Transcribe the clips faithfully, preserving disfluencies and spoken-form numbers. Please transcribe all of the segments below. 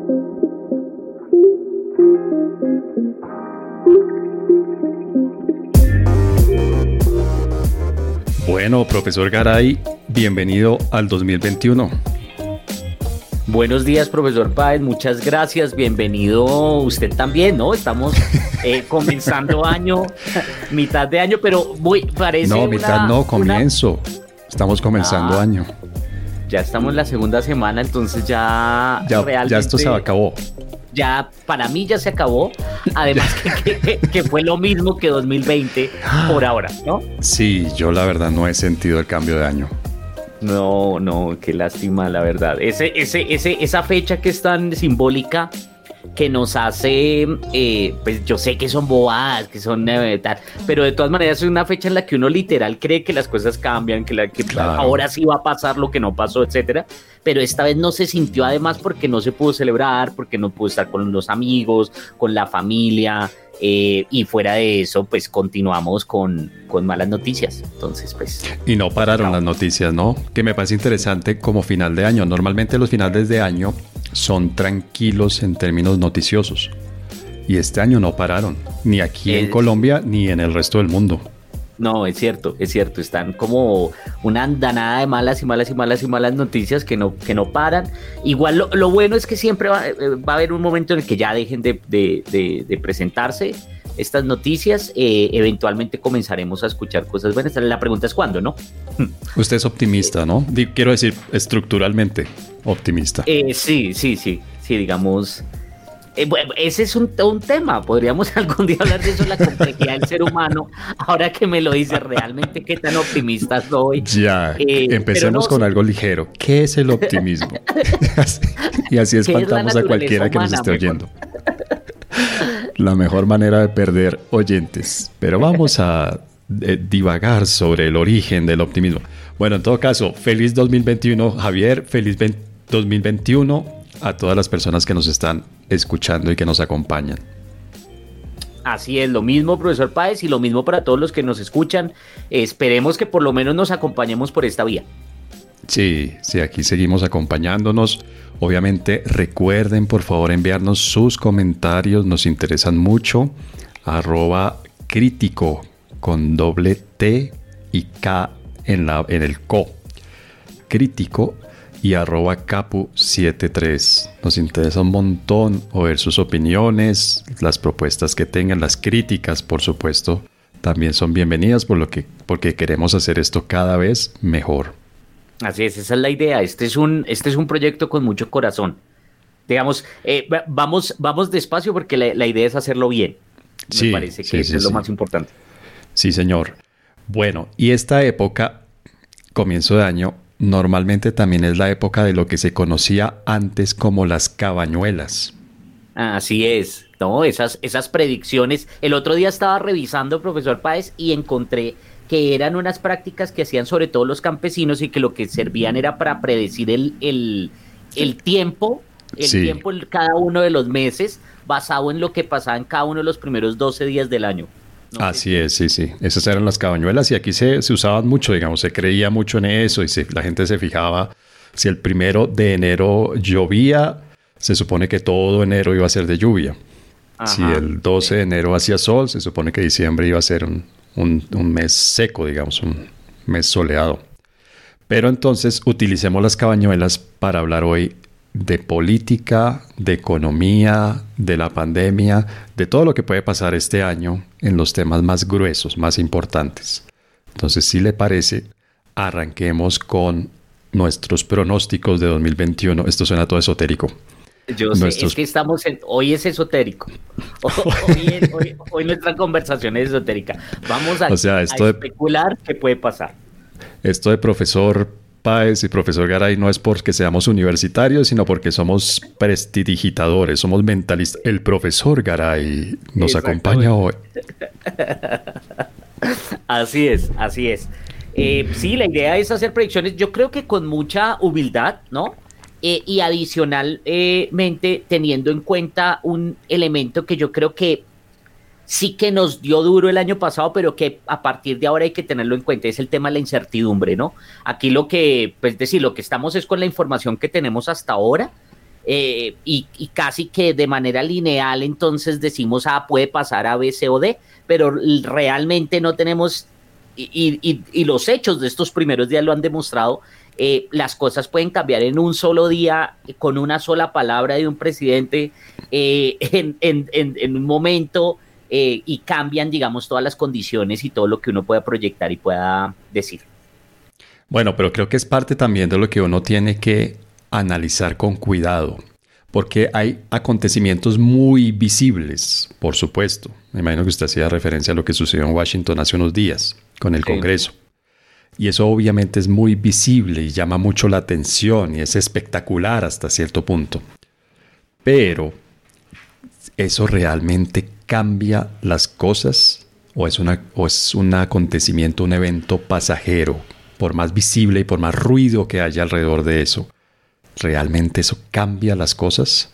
Bueno, profesor Garay, bienvenido al dos mil veintiuno. Buenos días, profesor Páez, muchas gracias, bienvenido usted también, ¿no? Estamos eh, comenzando año, mitad de año, pero muy, parece No, una, mitad no, comienzo. Una... Estamos comenzando ah, año. Ya estamos en la segunda semana, entonces ya... Ya, realmente, ya esto se acabó. Ya, para mí ya se acabó, además que, que, que fue lo mismo que dos mil veinte por ahora, ¿no? Sí, yo la verdad no he sentido el cambio de año. No, no, qué lástima, la verdad. Ese, ese, ese, esa fecha que es tan simbólica que nos hace, eh, pues yo sé que son bobadas, que son eh, tal, pero de todas maneras es una fecha en la que uno literal cree que las cosas cambian, que, la, que claro. ahora sí va a pasar lo que no pasó, etcétera. Pero esta vez no se sintió además porque no se pudo celebrar, porque no pudo estar con los amigos, con la familia. Eh, y fuera de eso, pues continuamos con, con malas noticias. Entonces, pues. Y no pararon no. las noticias, ¿no? Que me parece interesante como final de año. Normalmente los finales de año son tranquilos en términos noticiosos. Y este año no pararon. Ni aquí es... en Colombia, ni en el resto del mundo. No, es cierto, es cierto. Están como una andanada de malas y malas y malas y malas noticias que no, que no paran. Igual lo, lo bueno es que siempre va, va a haber un momento en el que ya dejen de, de, de, de presentarse estas noticias. Eh, eventualmente comenzaremos a escuchar cosas buenas. La pregunta es cuándo, ¿no? Usted es optimista, ¿no? Quiero decir, estructuralmente optimista. Eh, sí, sí, sí. Sí, digamos... Eh, bueno, ese es un, un tema, podríamos algún día hablar de eso, la complejidad del ser humano. Ahora que me lo dice, realmente qué tan optimista soy. Ya, eh, empecemos no, con sí. algo ligero. ¿Qué es el optimismo? Y así espantamos a cualquiera que nos esté oyendo. La mejor manera de perder oyentes. Pero vamos a eh, divagar sobre el origen del optimismo. Bueno, en todo caso, feliz dos mil veintiuno, Javier, feliz dos mil veintiuno a todas las personas que nos están escuchando y que nos acompañan. Así es, lo mismo, profesor Páez, y lo mismo para todos los que nos escuchan. Eh, esperemos que por lo menos nos acompañemos por esta vía. Sí, sí, aquí seguimos acompañándonos. Obviamente, recuerden, por favor, enviarnos sus comentarios, nos interesan mucho. Arroba crítico con doble T y K en, la, en el co. Crítico y arroba capu setenta y tres. Nos interesa un montón oír sus opiniones, las propuestas que tengan, las críticas, por supuesto, también son bienvenidas por lo que, porque queremos hacer esto cada vez mejor. Así es, esa es la idea. Este es un, este es un proyecto con mucho corazón. Digamos, eh, vamos, vamos despacio porque la, la idea es hacerlo bien. Me sí, parece que sí, eso sí, es lo sí. más importante. Sí, señor. Bueno, y esta época, comienzo de año, normalmente también es la época de lo que se conocía antes como las cabañuelas. Así es, ¿no? Esas, esas predicciones. El otro día estaba revisando, profesor Páez, y encontré que eran unas prácticas que hacían sobre todo los campesinos y que lo que servían era para predecir el, el, el tiempo, el sí. tiempo en cada uno de los meses, basado en lo que pasaba en cada uno de los primeros doce días del año. No Así sé. es, sí, sí. Esas eran las cabañuelas y aquí se, se usaban mucho, digamos, se creía mucho en eso y se, la gente se fijaba si el primero de enero llovía, se supone que todo enero iba a ser de lluvia. Ajá, si el doce sí. de enero hacía sol, se supone que diciembre iba a ser un, un, un mes seco, digamos, un mes soleado. Pero entonces utilicemos las cabañuelas para hablar hoy de política, de economía, de la pandemia, de todo lo que puede pasar este año en los temas más gruesos, más importantes. Entonces, si le parece, arranquemos con nuestros pronósticos de dos mil veintiuno. Esto suena todo esotérico. Yo sé, nuestros... es que estamos en... Hoy es esotérico. Hoy, hoy, hoy nuestra conversación es esotérica. Vamos a, o sea, esto a de... especular qué puede pasar. Esto de profesor Páez y profesor Garay no es porque seamos universitarios, sino porque somos prestidigitadores, somos mentalistas. El profesor Garay nos acompaña hoy. Así es, así es. Eh, sí, la idea es hacer predicciones, yo creo que con mucha humildad, ¿no? Eh, y adicionalmente teniendo en cuenta un elemento que yo creo que sí que nos dio duro el año pasado, pero que a partir de ahora hay que tenerlo en cuenta, es el tema de la incertidumbre, ¿no? Aquí lo que, pues decir, lo que estamos es con la información que tenemos hasta ahora, eh, y, y casi que de manera lineal entonces decimos, ah, puede pasar a B, C o D, pero realmente no tenemos, y, y, y los hechos de estos primeros días lo han demostrado. Eh, las cosas pueden cambiar en un solo día, con una sola palabra de un presidente, eh, en, en, en, en un momento, eh, y cambian, digamos, todas las condiciones y todo lo que uno pueda proyectar y pueda decir. Bueno, pero creo que es parte también de lo que uno tiene que analizar con cuidado, porque hay acontecimientos muy visibles, por supuesto. Me imagino que usted hacía referencia a lo que sucedió en Washington hace unos días con el sí. Congreso. Y eso obviamente es muy visible y llama mucho la atención y es espectacular hasta cierto punto. Pero, ¿eso realmente cambia las cosas? ¿O es, una, o es un acontecimiento, un evento pasajero? Por más visible y por más ruido que haya alrededor de eso, ¿realmente eso cambia las cosas?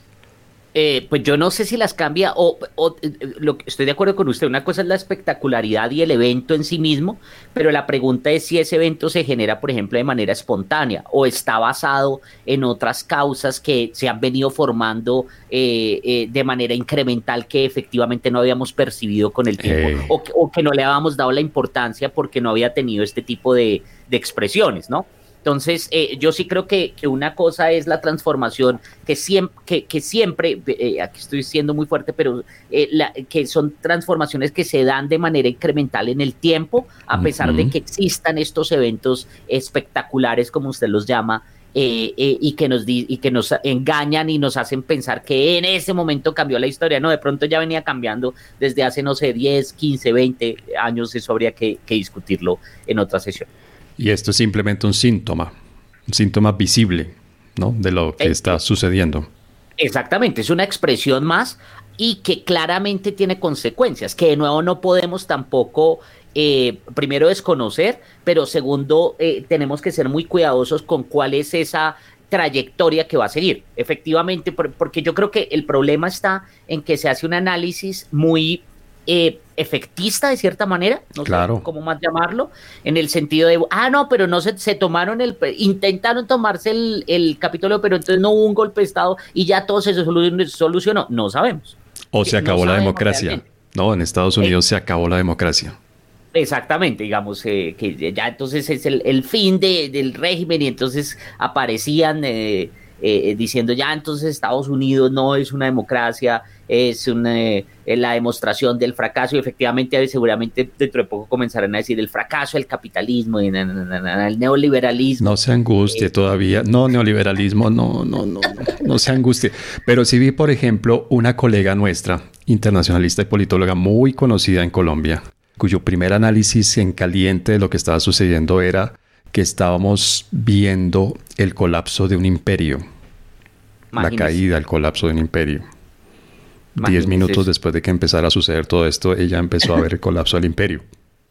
Eh, pues yo no sé si las cambia o, o lo, estoy de acuerdo con usted. Una cosa es la espectacularidad y el evento en sí mismo, pero la pregunta es si ese evento se genera, por ejemplo, de manera espontánea o está basado en otras causas que se han venido formando eh, eh, de manera incremental que efectivamente no habíamos percibido con el tiempo eh. o, o que no le habíamos dado la importancia porque no había tenido este tipo de, de expresiones, ¿no? Entonces, eh, yo sí creo que, que una cosa es la transformación, que siempre, que, que siempre eh, aquí estoy siendo muy fuerte, pero eh, la, que son transformaciones que se dan de manera incremental en el tiempo, a pesar uh-huh. de que existan estos eventos espectaculares, como usted los llama, eh, eh, y, que nos di, y que nos engañan y nos hacen pensar que en ese momento cambió la historia. No, de pronto ya venía cambiando desde hace, no sé, diez, quince, veinte años, eso habría que, que discutirlo en otra sesión. Y esto es simplemente un síntoma, un síntoma visible, ¿no? De lo que está sucediendo. Exactamente, es una expresión más y que claramente tiene consecuencias, que de nuevo no podemos tampoco, eh, primero, desconocer, pero segundo, eh, tenemos que ser muy cuidadosos con cuál es esa trayectoria que va a seguir. Efectivamente, por, porque yo creo que el problema está en que se hace un análisis muy Eh, efectista de cierta manera, no claro. sé cómo más llamarlo, en el sentido de, ah, no, pero no se, se tomaron el, intentaron tomarse el, el Capitolio, pero entonces no hubo un golpe de Estado y ya todo se solucionó, no sabemos. O se acabó no la democracia, realmente. No, en Estados Unidos eh, se acabó la democracia. Exactamente, digamos, eh, que ya entonces es el, el fin de, del régimen y entonces aparecían eh, eh, diciendo ya entonces Estados Unidos no es una democracia, es una, eh, la demostración del fracaso y efectivamente seguramente dentro de poco comenzarán a decir el fracaso del capitalismo y na, na, na, na, el neoliberalismo. No se angustie eh, todavía, no neoliberalismo, no, no, no, no, no se angustie. Pero sí vi, por ejemplo, una colega nuestra, internacionalista y politóloga muy conocida en Colombia, cuyo primer análisis en caliente de lo que estaba sucediendo era que estábamos viendo el colapso de un imperio. Imagínese. La caída, el colapso de un imperio. Imagínese. Diez minutos eso. Después de que empezara a suceder todo esto, ella empezó a ver el colapso del imperio.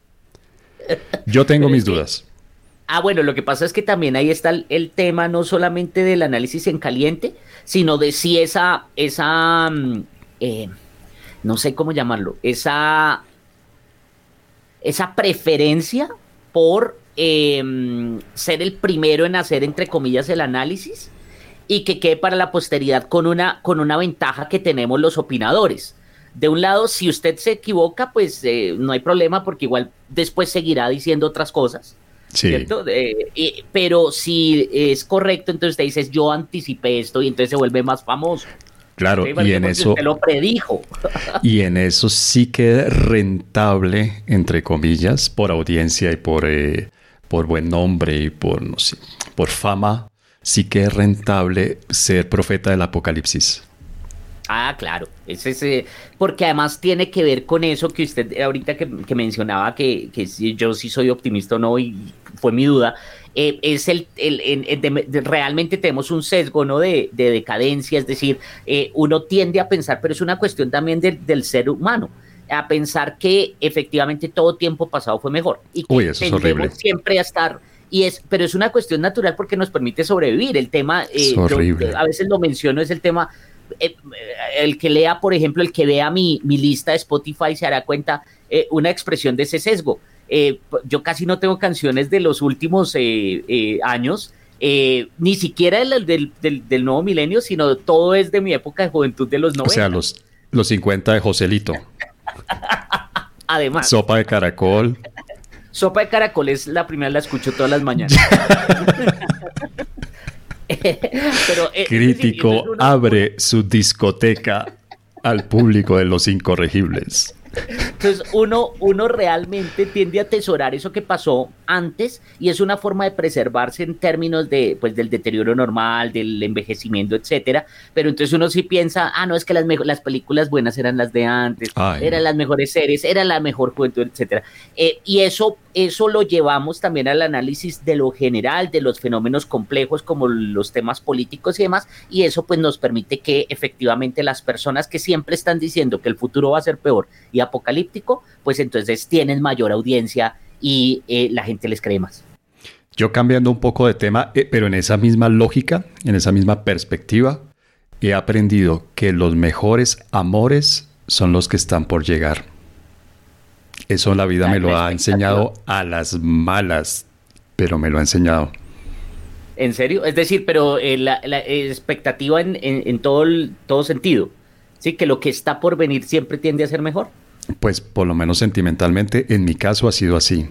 Yo tengo mis dudas. Ah, bueno, lo que pasa es que también ahí está el, el tema no solamente del análisis en caliente, sino de si esa, esa eh, no sé cómo llamarlo, esa, esa preferencia por eh, ser el primero en hacer, entre comillas, el análisis y que quede para la posteridad con una, con una ventaja que tenemos los opinadores. De un lado, si usted se equivoca, pues eh, no hay problema porque igual después seguirá diciendo otras cosas. Sí. ¿Cierto? Eh, eh, pero si es correcto, entonces usted dice, yo anticipé esto y entonces se vuelve más famoso. Claro, ¿sí? Y en eso usted lo predijo. Y en eso sí que es rentable, entre comillas, por audiencia y por, eh, por buen nombre y por, no sé, por fama, sí que es rentable ser profeta del apocalipsis. Ah, claro, es ese, porque además tiene que ver con eso que usted ahorita que, que mencionaba, que, que yo sí soy optimista o no, y fue mi duda, eh, es el, el, el, el de, de, realmente tenemos un sesgo, ¿no? de, de decadencia, es decir, eh, uno tiende a pensar, pero es una cuestión también de, del ser humano, a pensar que efectivamente todo tiempo pasado fue mejor, y que Uy, eso es horrible. Siempre a estar... Y es, pero es una cuestión natural porque nos permite sobrevivir. El tema, eh, es horrible. Yo, a veces lo menciono, es el tema... Eh, el que lea, por ejemplo, el que vea mi, mi lista de Spotify se dará cuenta eh, una expresión de ese sesgo. Eh, yo casi no tengo canciones de los últimos eh, eh, años Eh, ni siquiera del, del, del, del nuevo milenio, sino todo es de mi época de juventud de los noventa. O sea, los, los cincuenta de Joselito. Además. Sopa de caracol. Sopa de caracol es la primera, la escucho todas las mañanas. Pero, eh, Crítico es decir, una... abre su discoteca al público de Los Incorregibles. Entonces uno, uno realmente tiende a atesorar eso que pasó antes y es una forma de preservarse en términos de, pues, del deterioro normal, del envejecimiento, etcétera. Pero entonces uno sí piensa, ah, no, es que las, mejor, las películas buenas eran las de antes, Ay, eran no. las mejores series, era la mejor juventud, etcétera. Eh, y eso, eso lo llevamos también al análisis de lo general, de los fenómenos complejos como los temas políticos y demás, y eso pues nos permite que efectivamente las personas que siempre están diciendo que el futuro va a ser peor y apocalíptico, pues entonces tienen mayor audiencia y eh, la gente les cree más. Yo cambiando un poco de tema, eh, pero en esa misma lógica, en esa misma perspectiva, he aprendido que los mejores amores son los que están por llegar. Eso la vida la me lo ha enseñado a las malas, pero me lo ha enseñado. ¿En serio? Es decir, pero eh, la, la expectativa en, en, en todo, el, todo sentido, ¿sí? Que lo que está por venir siempre tiende a ser mejor. Pues por lo menos sentimentalmente, en mi caso ha sido así.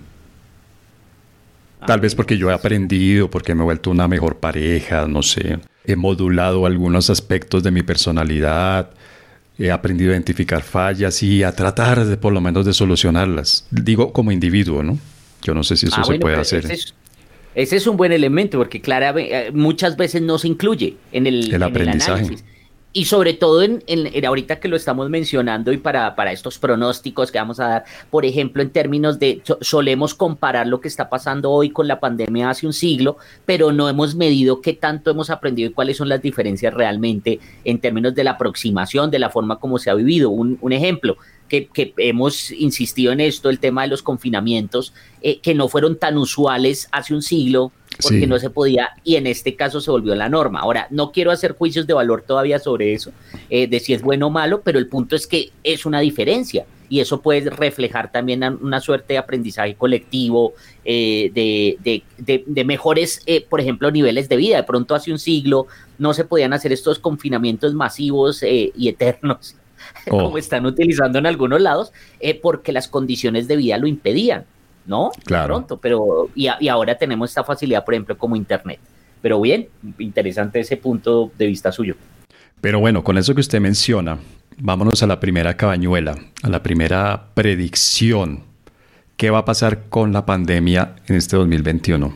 Tal ah, vez porque yo he aprendido, porque me he vuelto una mejor pareja, no sé. He modulado algunos aspectos de mi personalidad, he aprendido a identificar fallas y a tratar de por lo menos de solucionarlas. Digo como individuo, ¿no? Yo no sé si eso ah, se bueno, puede hacer. Ese es, ese es un buen elemento porque claro, muchas veces no se incluye en el, el en aprendizaje. El análisis. Y sobre todo en, en, en ahorita que lo estamos mencionando y para, para estos pronósticos que vamos a dar, por ejemplo, en términos de, so, solemos comparar lo que está pasando hoy con la pandemia hace un siglo, pero no hemos medido qué tanto hemos aprendido y cuáles son las diferencias realmente en términos de la aproximación, de la forma como se ha vivido. Un, un ejemplo, que, que hemos insistido en esto, el tema de los confinamientos, eh, que no fueron tan usuales hace un siglo, porque sí. no se podía, y en este caso se volvió la norma. Ahora, no quiero hacer juicios de valor todavía sobre eso, eh, de si es bueno o malo, pero el punto es que es una diferencia, y eso puede reflejar también una suerte de aprendizaje colectivo, eh, de, de, de, de mejores, eh, por ejemplo, niveles de vida. De pronto hace un siglo no se podían hacer estos confinamientos masivos eh, y eternos, oh. como están utilizando en algunos lados, eh, porque las condiciones de vida lo impedían. ¿No? Claro. De pronto, pero y, a, y ahora tenemos esta facilidad, por ejemplo, como Internet. Pero bien, interesante ese punto de vista suyo. Pero bueno, con eso que usted menciona, vámonos a la primera cabañuela, a la primera predicción. ¿Qué va a pasar con la pandemia en este dos mil veintiuno?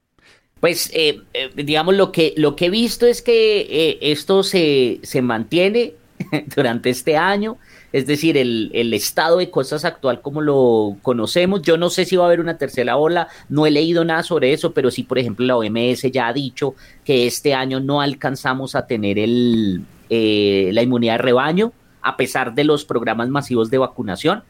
Pues, eh, eh, digamos, lo que, lo que he visto es que eh, esto se, se mantiene durante este año. Es decir, el, el estado de cosas actual como lo conocemos. Yo no sé si va a haber una tercera ola, no he leído nada sobre eso, pero sí, por ejemplo, la O M S ya ha dicho que este año no alcanzamos a tener el, eh, la inmunidad de rebaño, a pesar de los programas masivos de vacunación,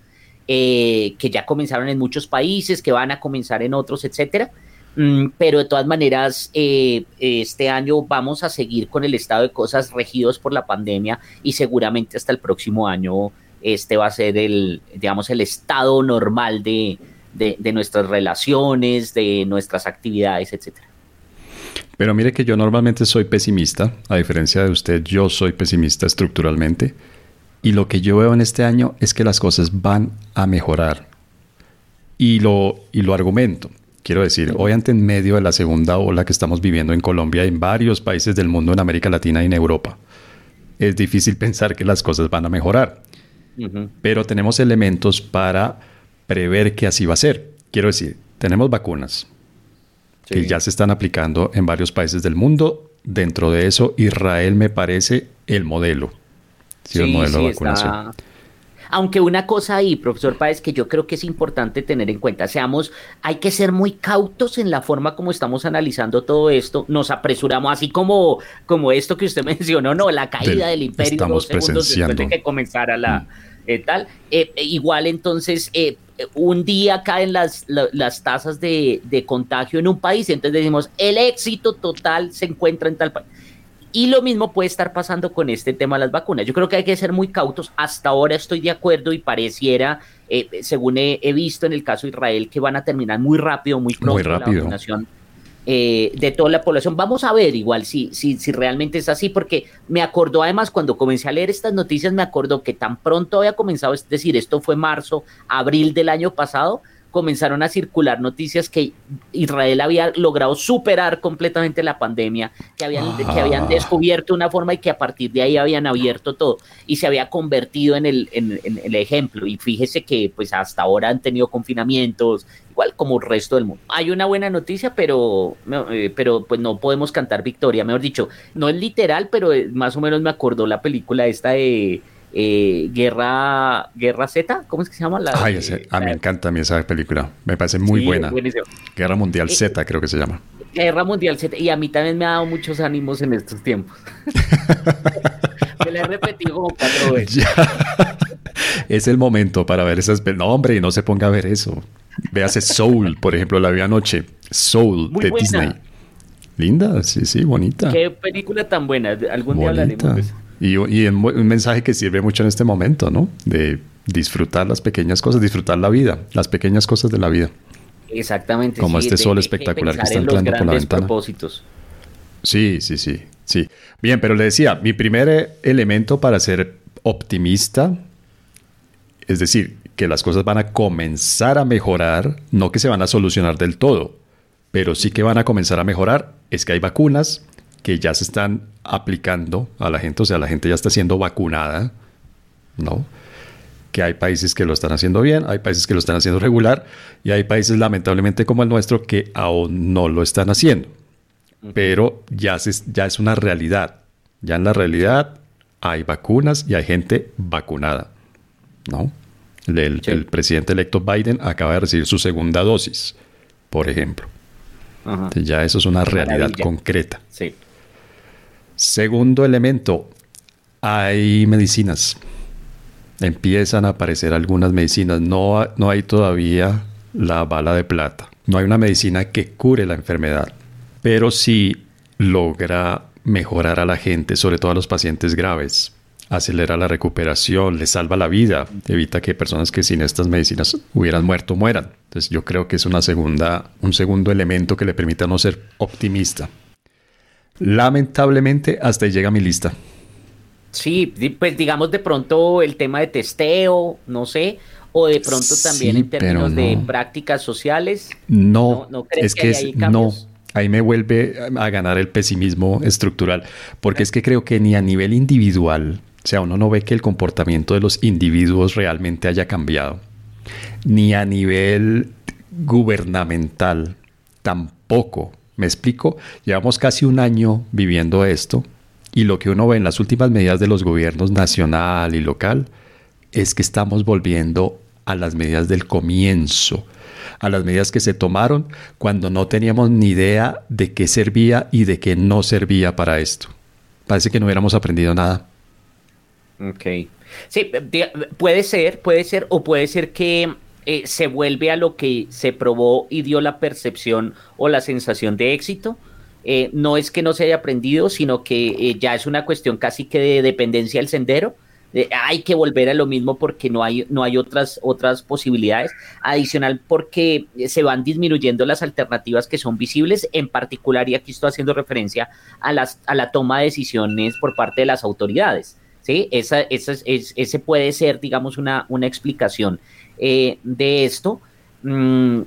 eh, que ya comenzaron en muchos países, que van a comenzar en otros, etcétera. Pero de todas maneras, eh, este año vamos a seguir con el estado de cosas regidos por la pandemia y seguramente hasta el próximo año este va a ser el, digamos, el estado normal de, de, de nuestras relaciones, de nuestras actividades, etcétera. Pero mire que yo normalmente soy pesimista, a diferencia de usted, yo soy pesimista estructuralmente y lo que yo veo en este año es que las cosas van a mejorar y lo, y lo argumento. Quiero decir, hoy ante en medio de la segunda ola que estamos viviendo en Colombia y en varios países del mundo, en América Latina y en Europa, es difícil pensar que las cosas van a mejorar. Uh-huh. Pero tenemos elementos para prever que así va a ser. Quiero decir, tenemos vacunas sí. que ya se están aplicando en varios países del mundo. Dentro de eso, Israel me parece el modelo. Sí, sí el modelo sí, de vacunación. Está... Aunque una cosa ahí, profesor Páez, que yo creo que es importante tener en cuenta, seamos, hay que ser muy cautos en la forma como estamos analizando todo esto, nos apresuramos, así como, como esto que usted mencionó, no, la caída del, del imperio dos segundos después de que comenzara la mm. eh, tal, eh, eh, igual entonces eh, un día caen las, la, las tasas de, de contagio en un país y entonces decimos, el éxito total se encuentra en tal país. Y lo mismo puede estar pasando con este tema de las vacunas. Yo creo que hay que ser muy cautos. Hasta ahora estoy de acuerdo y pareciera, eh, según he, he visto en el caso de Israel, que van a terminar muy rápido, muy pronto muy rápido. la vacunación eh, de toda la población. Vamos a ver igual si, si, si realmente es así, porque me acordó además cuando comencé a leer estas noticias, me acordó que tan pronto había comenzado, es decir, esto fue marzo, abril del año pasado, comenzaron a circular noticias que Israel había logrado superar completamente la pandemia, que habían, ah. que habían descubierto una forma y que a partir de ahí habían abierto todo y se había convertido en el, en, en el ejemplo. Y fíjese que pues hasta ahora han tenido confinamientos, igual como el resto del mundo. Hay una buena noticia, pero, eh, pero pues no podemos cantar victoria, mejor dicho, no es literal, pero más o menos me acordó la película esta de... Eh, Guerra Guerra Z, ¿cómo es que se llama? La, Ay, ese, a mí me encanta a mí esa película, me parece muy sí, buena. Buenísimo. Guerra Mundial eh, Z, creo que se llama. Guerra Mundial Z, y a mí también me ha dado muchos ánimos en estos tiempos. Me la he repetido como cuatro veces. Ya. Es el momento para ver esas películas. No, hombre, no se ponga a ver eso. Véase Soul, por ejemplo, la vi anoche. Soul, muy de buena. Disney. Linda, sí, sí, bonita. Qué película tan buena. Algún bonita. Día hablaremos de eso. Y, y un mensaje que sirve mucho en este momento, ¿no? De disfrutar las pequeñas cosas, disfrutar la vida, las pequeñas cosas de la vida. Exactamente. Como sí, este de, sol de, espectacular de que está entrando por la ventana. Propósitos. Sí, sí, sí, sí. Bien, pero le decía, mi primer elemento para ser optimista, es decir, que las cosas van a comenzar a mejorar, no que se van a solucionar del todo, pero sí que van a comenzar a mejorar, es que hay vacunas que ya se están aplicando a la gente, o sea, la gente ya está siendo vacunada, ¿no? Que hay países que lo están haciendo bien, hay países que lo están haciendo regular, y hay países, lamentablemente, como el nuestro, que aún no lo están haciendo. Uh-huh. Pero ya, se, ya es una realidad. Ya en la realidad hay vacunas y hay gente vacunada, ¿no? El, sí. el presidente electo Biden acaba de recibir su segunda dosis, por ejemplo. Uh-huh. Entonces ya eso es una realidad Maravilla. concreta. Sí. Segundo elemento, hay medicinas. Empiezan a aparecer algunas medicinas. No, no hay todavía la bala de plata. No hay una medicina que cure la enfermedad, pero sí logra mejorar a la gente, sobre todo a los pacientes graves. Acelera la recuperación, les salva la vida, evita que personas que sin estas medicinas hubieran muerto mueran. Entonces yo creo que es una segunda, un segundo elemento que le permite a no ser optimista. Lamentablemente, hasta ahí llega mi lista. Sí, pues digamos de pronto el tema de testeo, no sé, o de pronto también sí, en términos no. de prácticas sociales. No, no, ¿no crees es que, que es, no, ahí me vuelve a ganar el pesimismo estructural, porque es que creo que ni a nivel individual, o sea, uno no ve que el comportamiento de los individuos realmente haya cambiado, ni a nivel gubernamental tampoco. ¿Me explico? Llevamos casi un año viviendo esto y lo que uno ve en las últimas medidas de los gobiernos nacional y local es que estamos volviendo a las medidas del comienzo, a las medidas que se tomaron cuando no teníamos ni idea de qué servía y de qué no servía para esto. Parece que no hubiéramos aprendido nada. Ok. Sí, puede ser, puede ser, o puede ser que... Eh, se vuelve a lo que se probó y dio la percepción o la sensación de éxito. Eh, no es que no se haya aprendido, sino que eh, ya es una cuestión casi que de dependencia del sendero. Eh, hay que volver a lo mismo porque no hay, no hay otras, otras posibilidades. Adicional porque se van disminuyendo las alternativas que son visibles, en particular, y aquí estoy haciendo referencia a, las, a la toma de decisiones por parte de las autoridades. ¿Sí? Esa, esa es, ese puede ser, digamos, una, una explicación eh, de esto. Mm,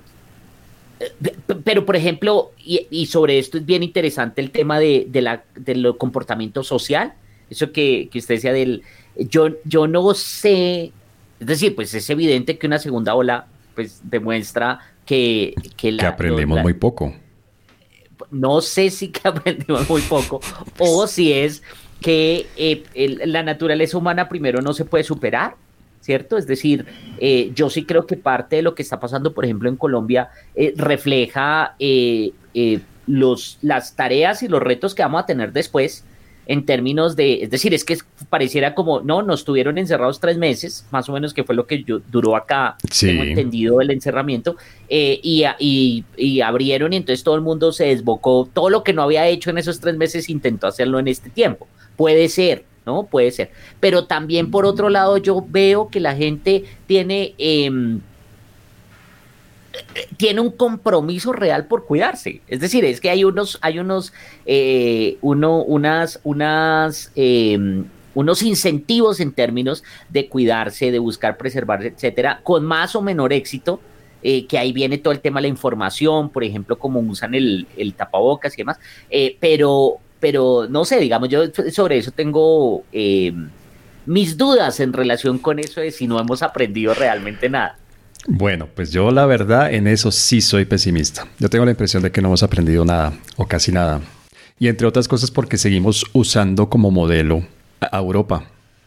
pero, por ejemplo, y, y sobre esto es bien interesante el tema de, de la, del comportamiento social. Eso que, que usted decía del... Yo, yo no sé... Es decir, pues es evidente que una segunda ola pues demuestra que... Que, la, que aprendimos la, muy poco. No sé si que aprendimos muy poco o si es... que eh, el, la naturaleza humana primero no se puede superar, ¿cierto? Es decir, eh, yo sí creo que parte de lo que está pasando, por ejemplo, en Colombia, eh, refleja eh, eh, los, las tareas y los retos que vamos a tener después en términos de, es decir, es que pareciera como, no, nos tuvieron encerrados tres meses, más o menos que fue lo que yo, duró acá, sí. Tengo entendido el encerramiento, eh, y, y, y abrieron y entonces todo el mundo se desbocó, todo lo que no había hecho en esos tres meses intentó hacerlo en este tiempo. Puede ser, ¿no? Puede ser. Pero también, por otro lado, yo veo que la gente tiene... Eh, tiene un compromiso real por cuidarse. Es decir, es que hay unos, hay unos, eh, uno, unas, unas, eh, unos incentivos en términos de cuidarse, de buscar preservarse, etcétera, con más o menor éxito. Eh, que ahí viene todo el tema de la información, por ejemplo, cómo usan el, el tapabocas y demás. Eh, pero, pero no sé, digamos, yo sobre eso tengo eh, mis dudas en relación con eso de si no hemos aprendido realmente nada. Bueno, pues yo la verdad en eso sí soy pesimista. Yo tengo la impresión de que no hemos aprendido nada o casi nada. Y entre otras cosas porque seguimos usando como modelo a Europa.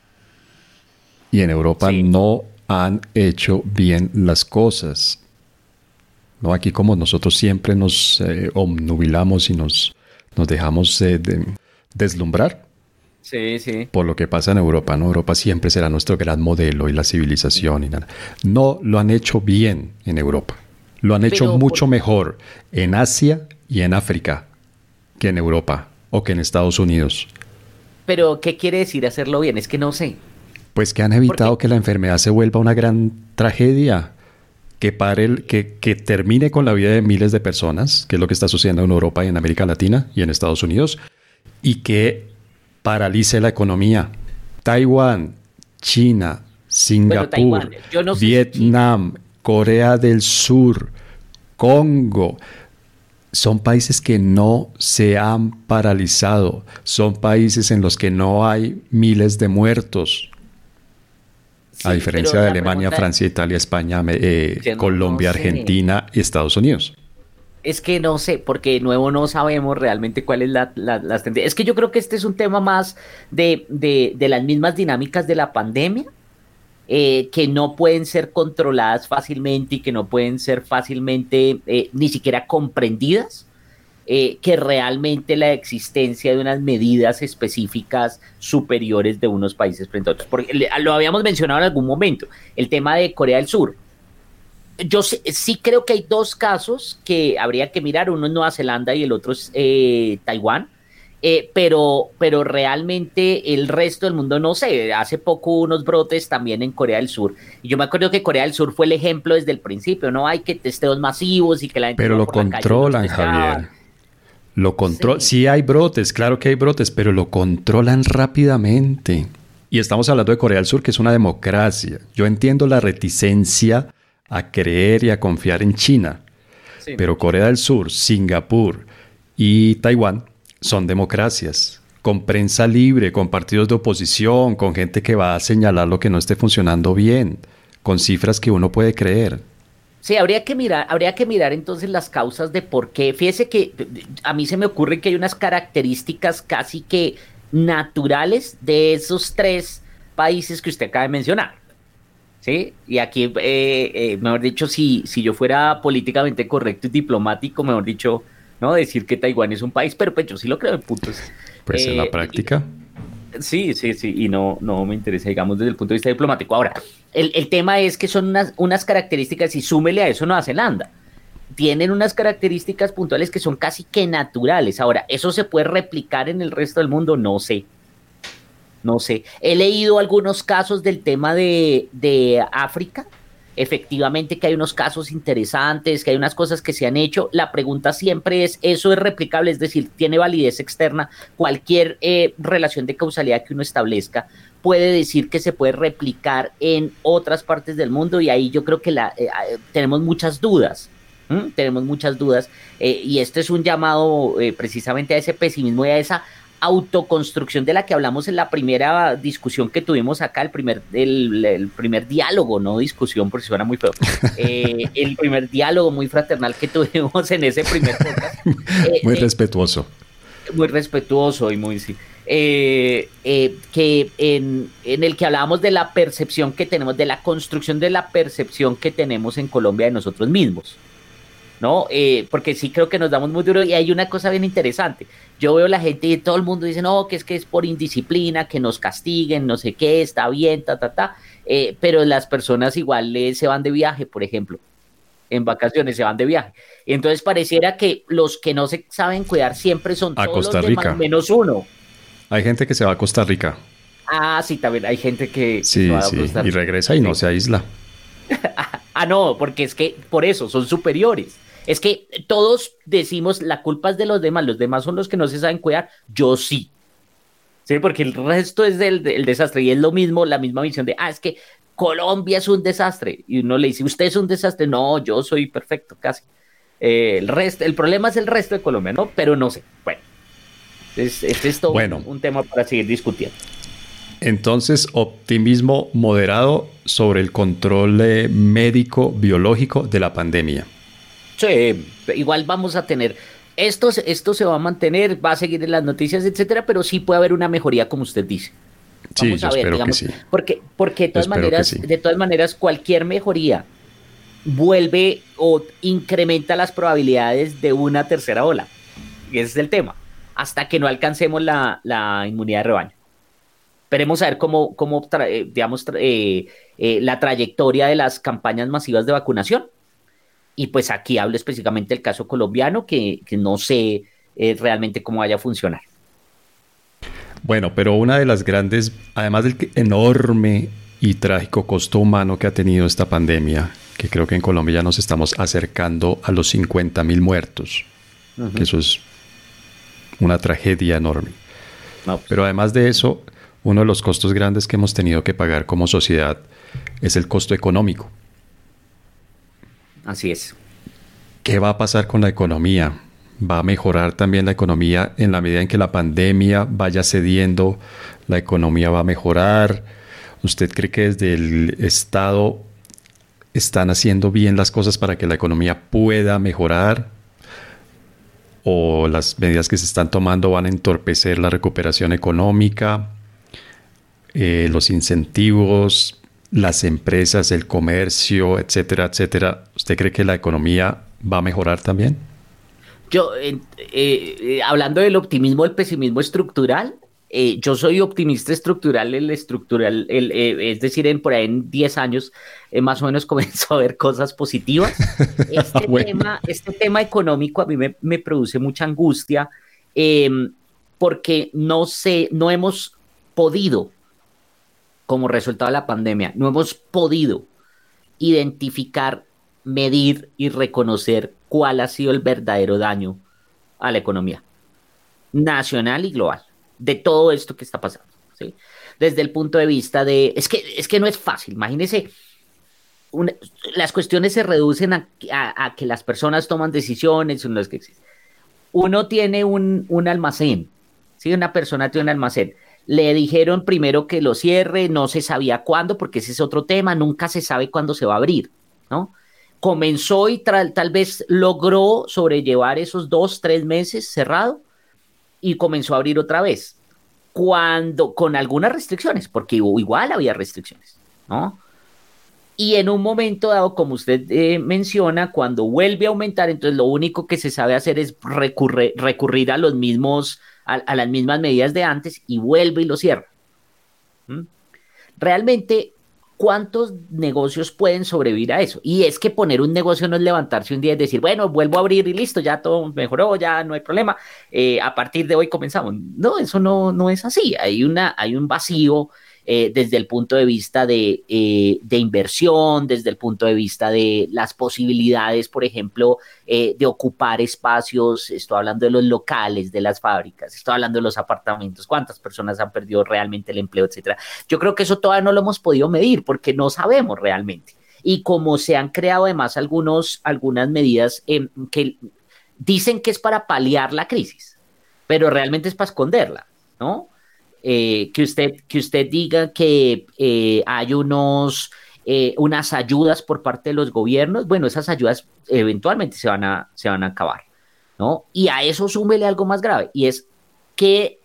Y en Europa sí. no han hecho bien las cosas. No, aquí como nosotros siempre nos eh, obnubilamos y nos, nos dejamos eh, de, deslumbrar. Sí, sí. Por lo que pasa en Europa, ¿no? Europa siempre será nuestro gran modelo y la civilización y nada. No lo han hecho bien en Europa. Lo han hecho Pero, mucho por... mejor en Asia y en África que en Europa o que en Estados Unidos. Pero, ¿qué quiere decir hacerlo bien? Es que no sé. Pues que han evitado que la enfermedad se vuelva una gran tragedia. Que, pare el, que, que termine con la vida de miles de personas, que es lo que está sucediendo en Europa y en América Latina y en Estados Unidos, y que paralice la economía. Taiwán, China, Singapur, bueno, Taiwán, yo no sé Vietnam, si Corea del Sur, Congo, son países que no se han paralizado, son países en los que no hay miles de muertos. Sí, a diferencia de Alemania, Francia, Italia, España, eh, no, Colombia, no sé. Argentina y Estados Unidos. Es que no sé, porque de nuevo no sabemos realmente cuál es la, la, la tendencia. Es que yo creo que este es un tema más de, de, de las mismas dinámicas de la pandemia, eh, que no pueden ser controladas fácilmente y que no pueden ser fácilmente eh, ni siquiera comprendidas. Eh, que realmente la existencia de unas medidas específicas superiores de unos países frente a otros. Porque lo habíamos mencionado en algún momento, el tema de Corea del Sur. Yo sí, sí creo que hay dos casos que habría que mirar, uno es Nueva Zelanda y el otro es eh, Taiwán, eh, pero, pero realmente el resto del mundo no sé. Hace poco hubo unos brotes también en Corea del Sur, y yo me acuerdo que Corea del Sur fue el ejemplo desde el principio, no hay que testeos masivos y que la gente pero lo controlan, Javier. Lo control, sí. sí hay brotes, claro que hay brotes, pero lo controlan rápidamente. Y estamos hablando de Corea del Sur, que es una democracia. Yo entiendo la reticencia a creer y a confiar en China, sí. pero Corea del Sur, Singapur y Taiwán son democracias, con prensa libre, con partidos de oposición, con gente que va a señalar lo que no esté funcionando bien, con cifras que uno puede creer. Sí, habría que mirar, habría que mirar entonces las causas de por qué. Fíjese que a mí se me ocurre que hay unas características casi que naturales de esos tres países que usted acaba de mencionar. ¿Sí? Y aquí, eh, eh, mejor dicho, si, si yo fuera políticamente correcto y diplomático, mejor dicho, no decir que Taiwán es un país, pero pues yo sí lo creo en puntos. Pues eh, en la práctica. Sí, sí, sí, y no, no me interesa, digamos, desde el punto de vista diplomático. Ahora, el, el tema es que son unas, unas características, y súmele a eso Nueva Zelanda. Tienen unas características puntuales que son casi que naturales. Ahora, ¿eso se puede replicar en el resto del mundo? No sé. No sé. He leído algunos casos del tema de, de África. Efectivamente que hay unos casos interesantes, que hay unas cosas que se han hecho. La pregunta siempre es, ¿eso es replicable? Es decir, ¿tiene validez externa? Cualquier eh, relación de causalidad que uno establezca puede decir que se puede replicar en otras partes del mundo, y ahí yo creo que la, eh, tenemos muchas dudas. ¿Mm? Tenemos muchas dudas, eh, y este es un llamado eh, precisamente a ese pesimismo y a esa autoconstrucción de la que hablamos en la primera discusión que tuvimos acá, el primer, el, el primer diálogo, no discusión porque suena muy feo, eh, el primer diálogo muy fraternal que tuvimos en ese primer podcast. Eh, muy eh, respetuoso. Muy respetuoso y muy, sí. Eh, eh, que en, en el que hablábamos de la percepción que tenemos, de la construcción de la percepción que tenemos en Colombia de nosotros mismos. ¿No? Eh, porque sí creo que nos damos muy duro, y hay una cosa bien interesante. Yo veo la gente y todo el mundo dice, no, que es que es por indisciplina, que nos castiguen, no sé qué, está bien, ta, ta, ta. Eh, pero las personas igual eh, se van de viaje, por ejemplo, en vacaciones se van de viaje. Entonces pareciera que los que no se saben cuidar siempre son a todos Costa los Rica. demás menos uno. Hay gente que se va a Costa Rica. Ah, sí, también hay gente que sí, se va sí. a Costa Rica. Y regresa y sí. no se aísla. Ah, no, porque es que por eso son superiores. Es que todos decimos la culpa es de los demás, los demás son los que no se saben cuidar, yo sí. Sí, porque el resto es del, del desastre y es lo mismo, la misma visión de, ah, es que Colombia es un desastre. Y uno le dice, usted es un desastre. No, yo soy perfecto, casi. Eh, el resto, el problema es el resto de Colombia, ¿no? Pero no sé. Bueno, es, este es todo Bueno, un, un tema para seguir discutiendo. Entonces, optimismo moderado sobre el control eh, médico biológico de la pandemia. Sí, igual vamos a tener, esto, se- esto se va a mantener, va a seguir en las noticias, etcétera, pero sí puede haber una mejoría, como usted dice. Sí, Vamos yo a ver, espero que digamos, sí. porque, porque de Yo todas espero que maneras, sí. de todas maneras, cualquier mejoría vuelve o incrementa las probabilidades de una tercera ola. Y ese es el tema. Hasta que no alcancemos la, la inmunidad de rebaño. Esperemos a ver cómo, cómo tra- eh, digamos, tra- eh, eh, la trayectoria de las campañas masivas de vacunación. Y pues aquí hablo específicamente del caso colombiano, que, que no sé eh, realmente cómo vaya a funcionar. Bueno, pero una de las grandes, además del que- enorme y trágico costo humano que ha tenido esta pandemia, que creo que en Colombia ya nos estamos acercando a los cincuenta mil muertos, que Ujú. eso es una tragedia enorme. No, pues, Pero además de eso, uno de los costos grandes que hemos tenido que pagar como sociedad es el costo económico. así es. ¿Qué va a pasar con la economía? ¿Va a mejorar también la economía en la medida en que la pandemia vaya cediendo? ¿La economía va a mejorar? ¿Usted cree que desde el Estado están haciendo bien las cosas para que la economía pueda mejorar? ¿O las medidas que se están tomando van a entorpecer la recuperación económica? Eh, los incentivos, las empresas, el comercio, etcétera, etcétera. ¿Usted cree que la economía va a mejorar también? Yo, eh, eh, eh, hablando del optimismo, del pesimismo estructural, eh, yo soy optimista estructural, el estructural, el, eh, es decir, en por ahí en diez años eh, más o menos comenzó a ver cosas positivas. Este Bueno, tema, este tema económico a mí me, me produce mucha angustia eh, porque no sé, no hemos podido, como resultado de la pandemia, no hemos podido identificar, medir y reconocer cuál ha sido el verdadero daño a la economía nacional y global de todo esto que está pasando, ¿sí? Desde el punto de vista de, es que, es que no es fácil, imagínese, una, las cuestiones se reducen a, a, a, que las personas toman decisiones, no es que existe. Uno tiene un, un almacén, ¿sí? Una persona tiene un almacén. Le dijeron primero que lo cierre, no se sabía cuándo, porque ese es otro tema, nunca se sabe cuándo se va a abrir, ¿no? Comenzó y tal, tal vez logró sobrellevar esos dos, tres meses cerrado y comenzó a abrir otra vez, cuando con algunas restricciones, porque igual había restricciones, ¿no? Y en un momento dado, como usted eh, menciona, cuando vuelve a aumentar, entonces lo único que se sabe hacer es recurre, recurrir a los mismos, a, a, las mismas medidas de antes y vuelve y lo cierra. ¿Mm? Realmente, ¿cuántos negocios pueden sobrevivir a eso? Y es que poner un negocio no es levantarse un día y decir, bueno, vuelvo a abrir y listo, ya todo mejoró, ya no hay problema, eh, a partir de hoy comenzamos. No, eso no, no es así. Hay, una, hay un vacío eh, desde el punto de vista de, eh, de inversión, desde el punto de vista de las posibilidades, por ejemplo, eh, de ocupar espacios. Estoy hablando de los locales, de las fábricas, estoy hablando de los apartamentos, cuántas personas han perdido realmente el empleo, etcétera. Yo creo que eso todavía no lo hemos podido medir porque no sabemos realmente. Y como se han creado además algunos, algunas medidas eh, que dicen que es para paliar la crisis, pero realmente es para esconderla, ¿no? Eh, que, usted, que usted diga que eh, hay unos, eh, unas ayudas por parte de los gobiernos, bueno, esas ayudas eventualmente se van a, se van a acabar, ¿no? Y a eso súmele algo más grave, y es que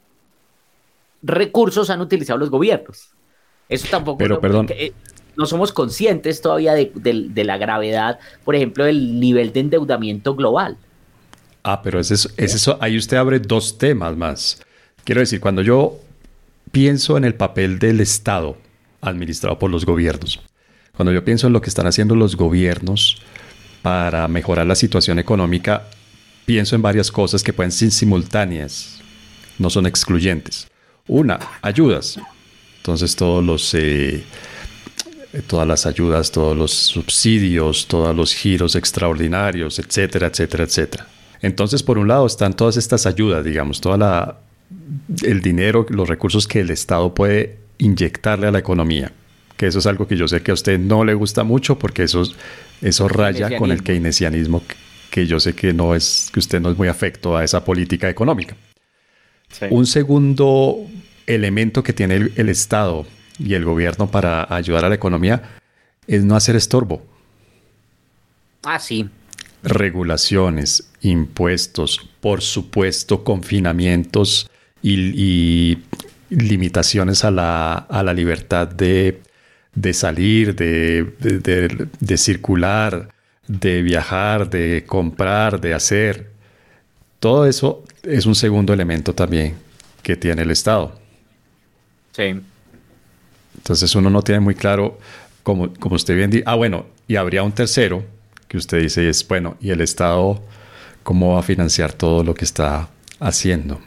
recursos han utilizado los gobiernos. Eso tampoco pero lo, perdón, eh, no somos conscientes todavía de, de, de, la gravedad, por ejemplo, del nivel de endeudamiento global. ah, pero es eso, es eso, ahí usted abre dos temas más. Quiero decir, cuando yo pienso en el papel del Estado administrado por los gobiernos, cuando yo pienso en lo que están haciendo los gobiernos para mejorar la situación económica, pienso en varias cosas que pueden ser simultáneas, no son excluyentes. Una, ayudas. Entonces todos los, eh, eh, todas las ayudas, todos los subsidios, todos los giros extraordinarios, etcétera, etcétera, etcétera. Entonces, por un lado están todas estas ayudas, digamos, toda la el dinero, los recursos que el Estado puede inyectarle a la economía, que eso es algo que yo sé que a usted no le gusta mucho porque eso, eso raya con el keynesianismo, que yo sé que no es, que usted no es muy afecto a esa política económica. Sí. Un segundo elemento que tiene el, el Estado y el gobierno para ayudar a la economía es no hacer estorbo. Ah, sí. Regulaciones, impuestos, por supuesto, confinamientos y, y limitaciones a la, a la libertad de, de salir, de, de, de, de circular, de viajar, de comprar, de hacer. Todo eso es un segundo elemento también que tiene el Estado. Sí. Entonces uno no tiene muy claro, como, como usted bien dice. Ah, bueno, y habría un tercero que usted dice, y es, bueno, ¿y el Estado cómo va a financiar todo lo que está haciendo?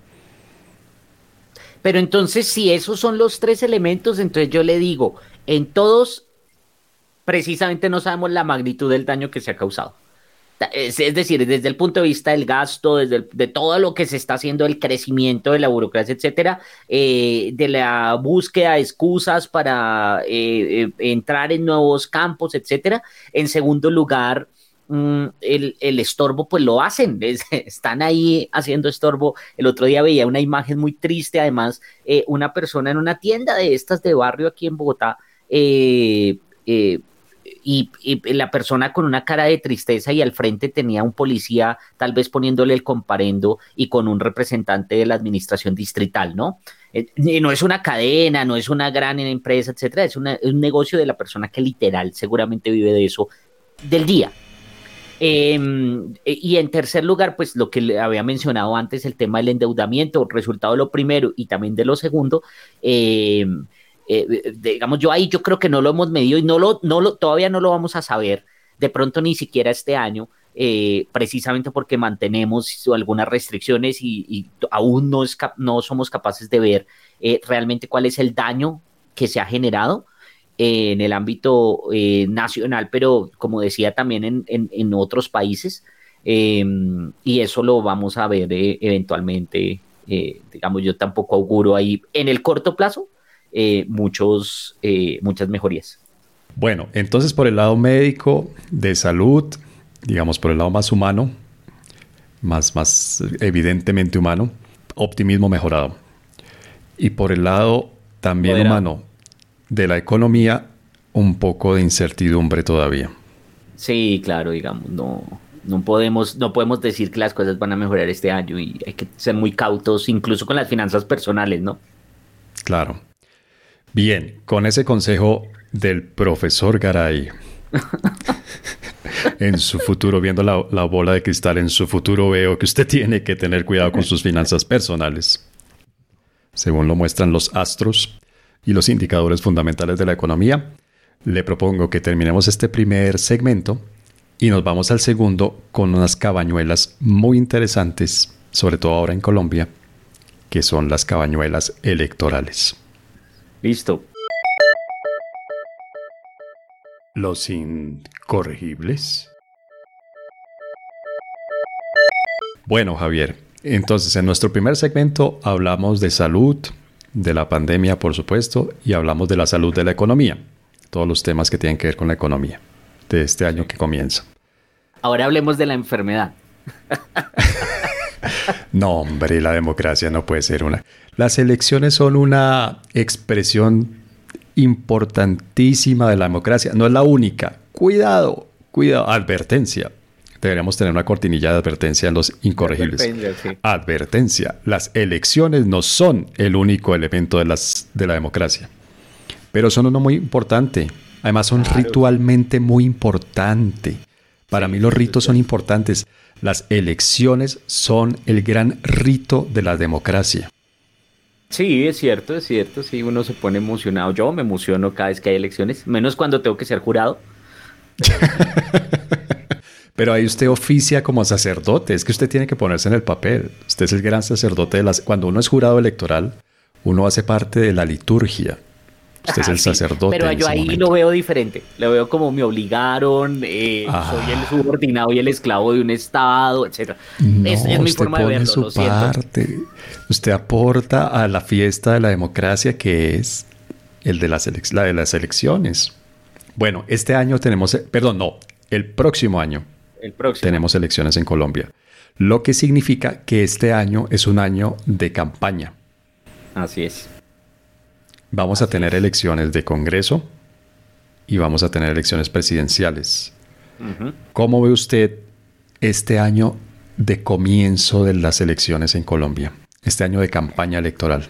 Pero entonces, si esos son los tres elementos, entonces yo le digo, en todos, precisamente no sabemos la magnitud del daño que se ha causado. Es, es decir, desde el punto de vista del gasto, desde el, de todo lo que se está haciendo, el crecimiento de la burocracia, etcétera, eh, de la búsqueda de excusas para eh, eh, entrar en nuevos campos, etcétera. En segundo lugar, mm, el, el estorbo, pues lo hacen, es, están ahí haciendo estorbo. El otro día veía una imagen muy triste, además, eh, una persona en una tienda de estas de barrio aquí en Bogotá, eh, eh, Y, y la persona con una cara de tristeza y al frente tenía un policía tal vez poniéndole el comparendo y con un representante de la administración distrital, ¿no? Eh, y no es una cadena, no es una gran empresa, etcétera, es, una, es un negocio de la persona que literal seguramente vive de eso del día. Eh, y en tercer lugar, pues lo que le había mencionado antes, el tema del endeudamiento, resultado de lo primero y también de lo segundo. eh, Eh, digamos, yo ahí yo creo que no lo hemos medido y no lo, no lo, todavía no lo vamos a saber, de pronto ni siquiera este año, eh, precisamente porque mantenemos algunas restricciones y, y aún no, es, no somos capaces de ver eh, realmente cuál es el daño que se ha generado eh, en el ámbito eh, nacional, pero como decía también en, en, en otros países, eh, y eso lo vamos a ver eh, eventualmente, eh, digamos, yo tampoco auguro ahí en el corto plazo Eh, muchos, eh, muchas mejorías. Bueno, entonces por el lado médico, de salud, digamos por el lado más humano, más, más evidentemente humano, optimismo mejorado. Y por el lado también Moderado. humano, de la economía, un poco de incertidumbre todavía. Sí, claro, digamos, no, no podemos, no podemos decir que las cosas van a mejorar este año y hay que ser muy cautos, incluso con las finanzas personales, ¿no? Claro. Bien, con ese consejo del profesor Garay, en su futuro, viendo la, la bola de cristal, en su futuro veo que usted tiene que tener cuidado con sus finanzas personales, según lo muestran los astros y los indicadores fundamentales de la economía. Le propongo que terminemos este primer segmento y nos vamos al segundo con unas cabañuelas muy interesantes, sobre todo ahora en Colombia, que son las cabañuelas electorales. Listo. Los incorregibles. Bueno, Javier, entonces en nuestro primer segmento hablamos de salud, de la pandemia, por supuesto, y hablamos de la salud de la economía. Todos los temas que tienen que ver con la economía de este año que comienza. Ahora hablemos de la enfermedad. No, hombre, la democracia no puede ser una... Las elecciones son una expresión importantísima de la democracia. No es la única. Cuidado, cuidado. Advertencia. Deberíamos tener una cortinilla de advertencia en los incorregibles. Advertencia, sí. Advertencia. Las elecciones no son el único elemento de, las, de la democracia. Pero son uno muy importante. Además son claro. ritualmente muy importante. Para sí, mí los ritos son importantes. Las elecciones son el gran rito de la democracia. Sí, es cierto, es cierto. Sí, uno se pone emocionado. Yo me emociono cada vez que hay elecciones, menos cuando tengo que ser jurado. Pero ahí usted oficia como sacerdote. Es que usted tiene que ponerse en el papel. Usted es el gran sacerdote de las... Cuando uno es jurado electoral, uno hace parte de la liturgia. Usted es el Sí, sacerdote pero en yo ese ahí momento. lo veo diferente, lo veo como me obligaron, eh, soy el Ah, subordinado y el esclavo de un estado, etcétera. Es, no, es mi usted forma de pone verlo, lo su siento. parte. Usted aporta a la fiesta de la democracia que es el de las elec- la de las elecciones. Bueno, este año tenemos, eh, perdón, no, el próximo año El próximo año. tenemos elecciones en Colombia, lo que significa que este año es un año de campaña. Así es, Vamos a así tener es. elecciones de Congreso y vamos a tener elecciones presidenciales. Ujú. ¿Cómo ve usted este año de comienzo de las elecciones en Colombia? Este año de campaña electoral.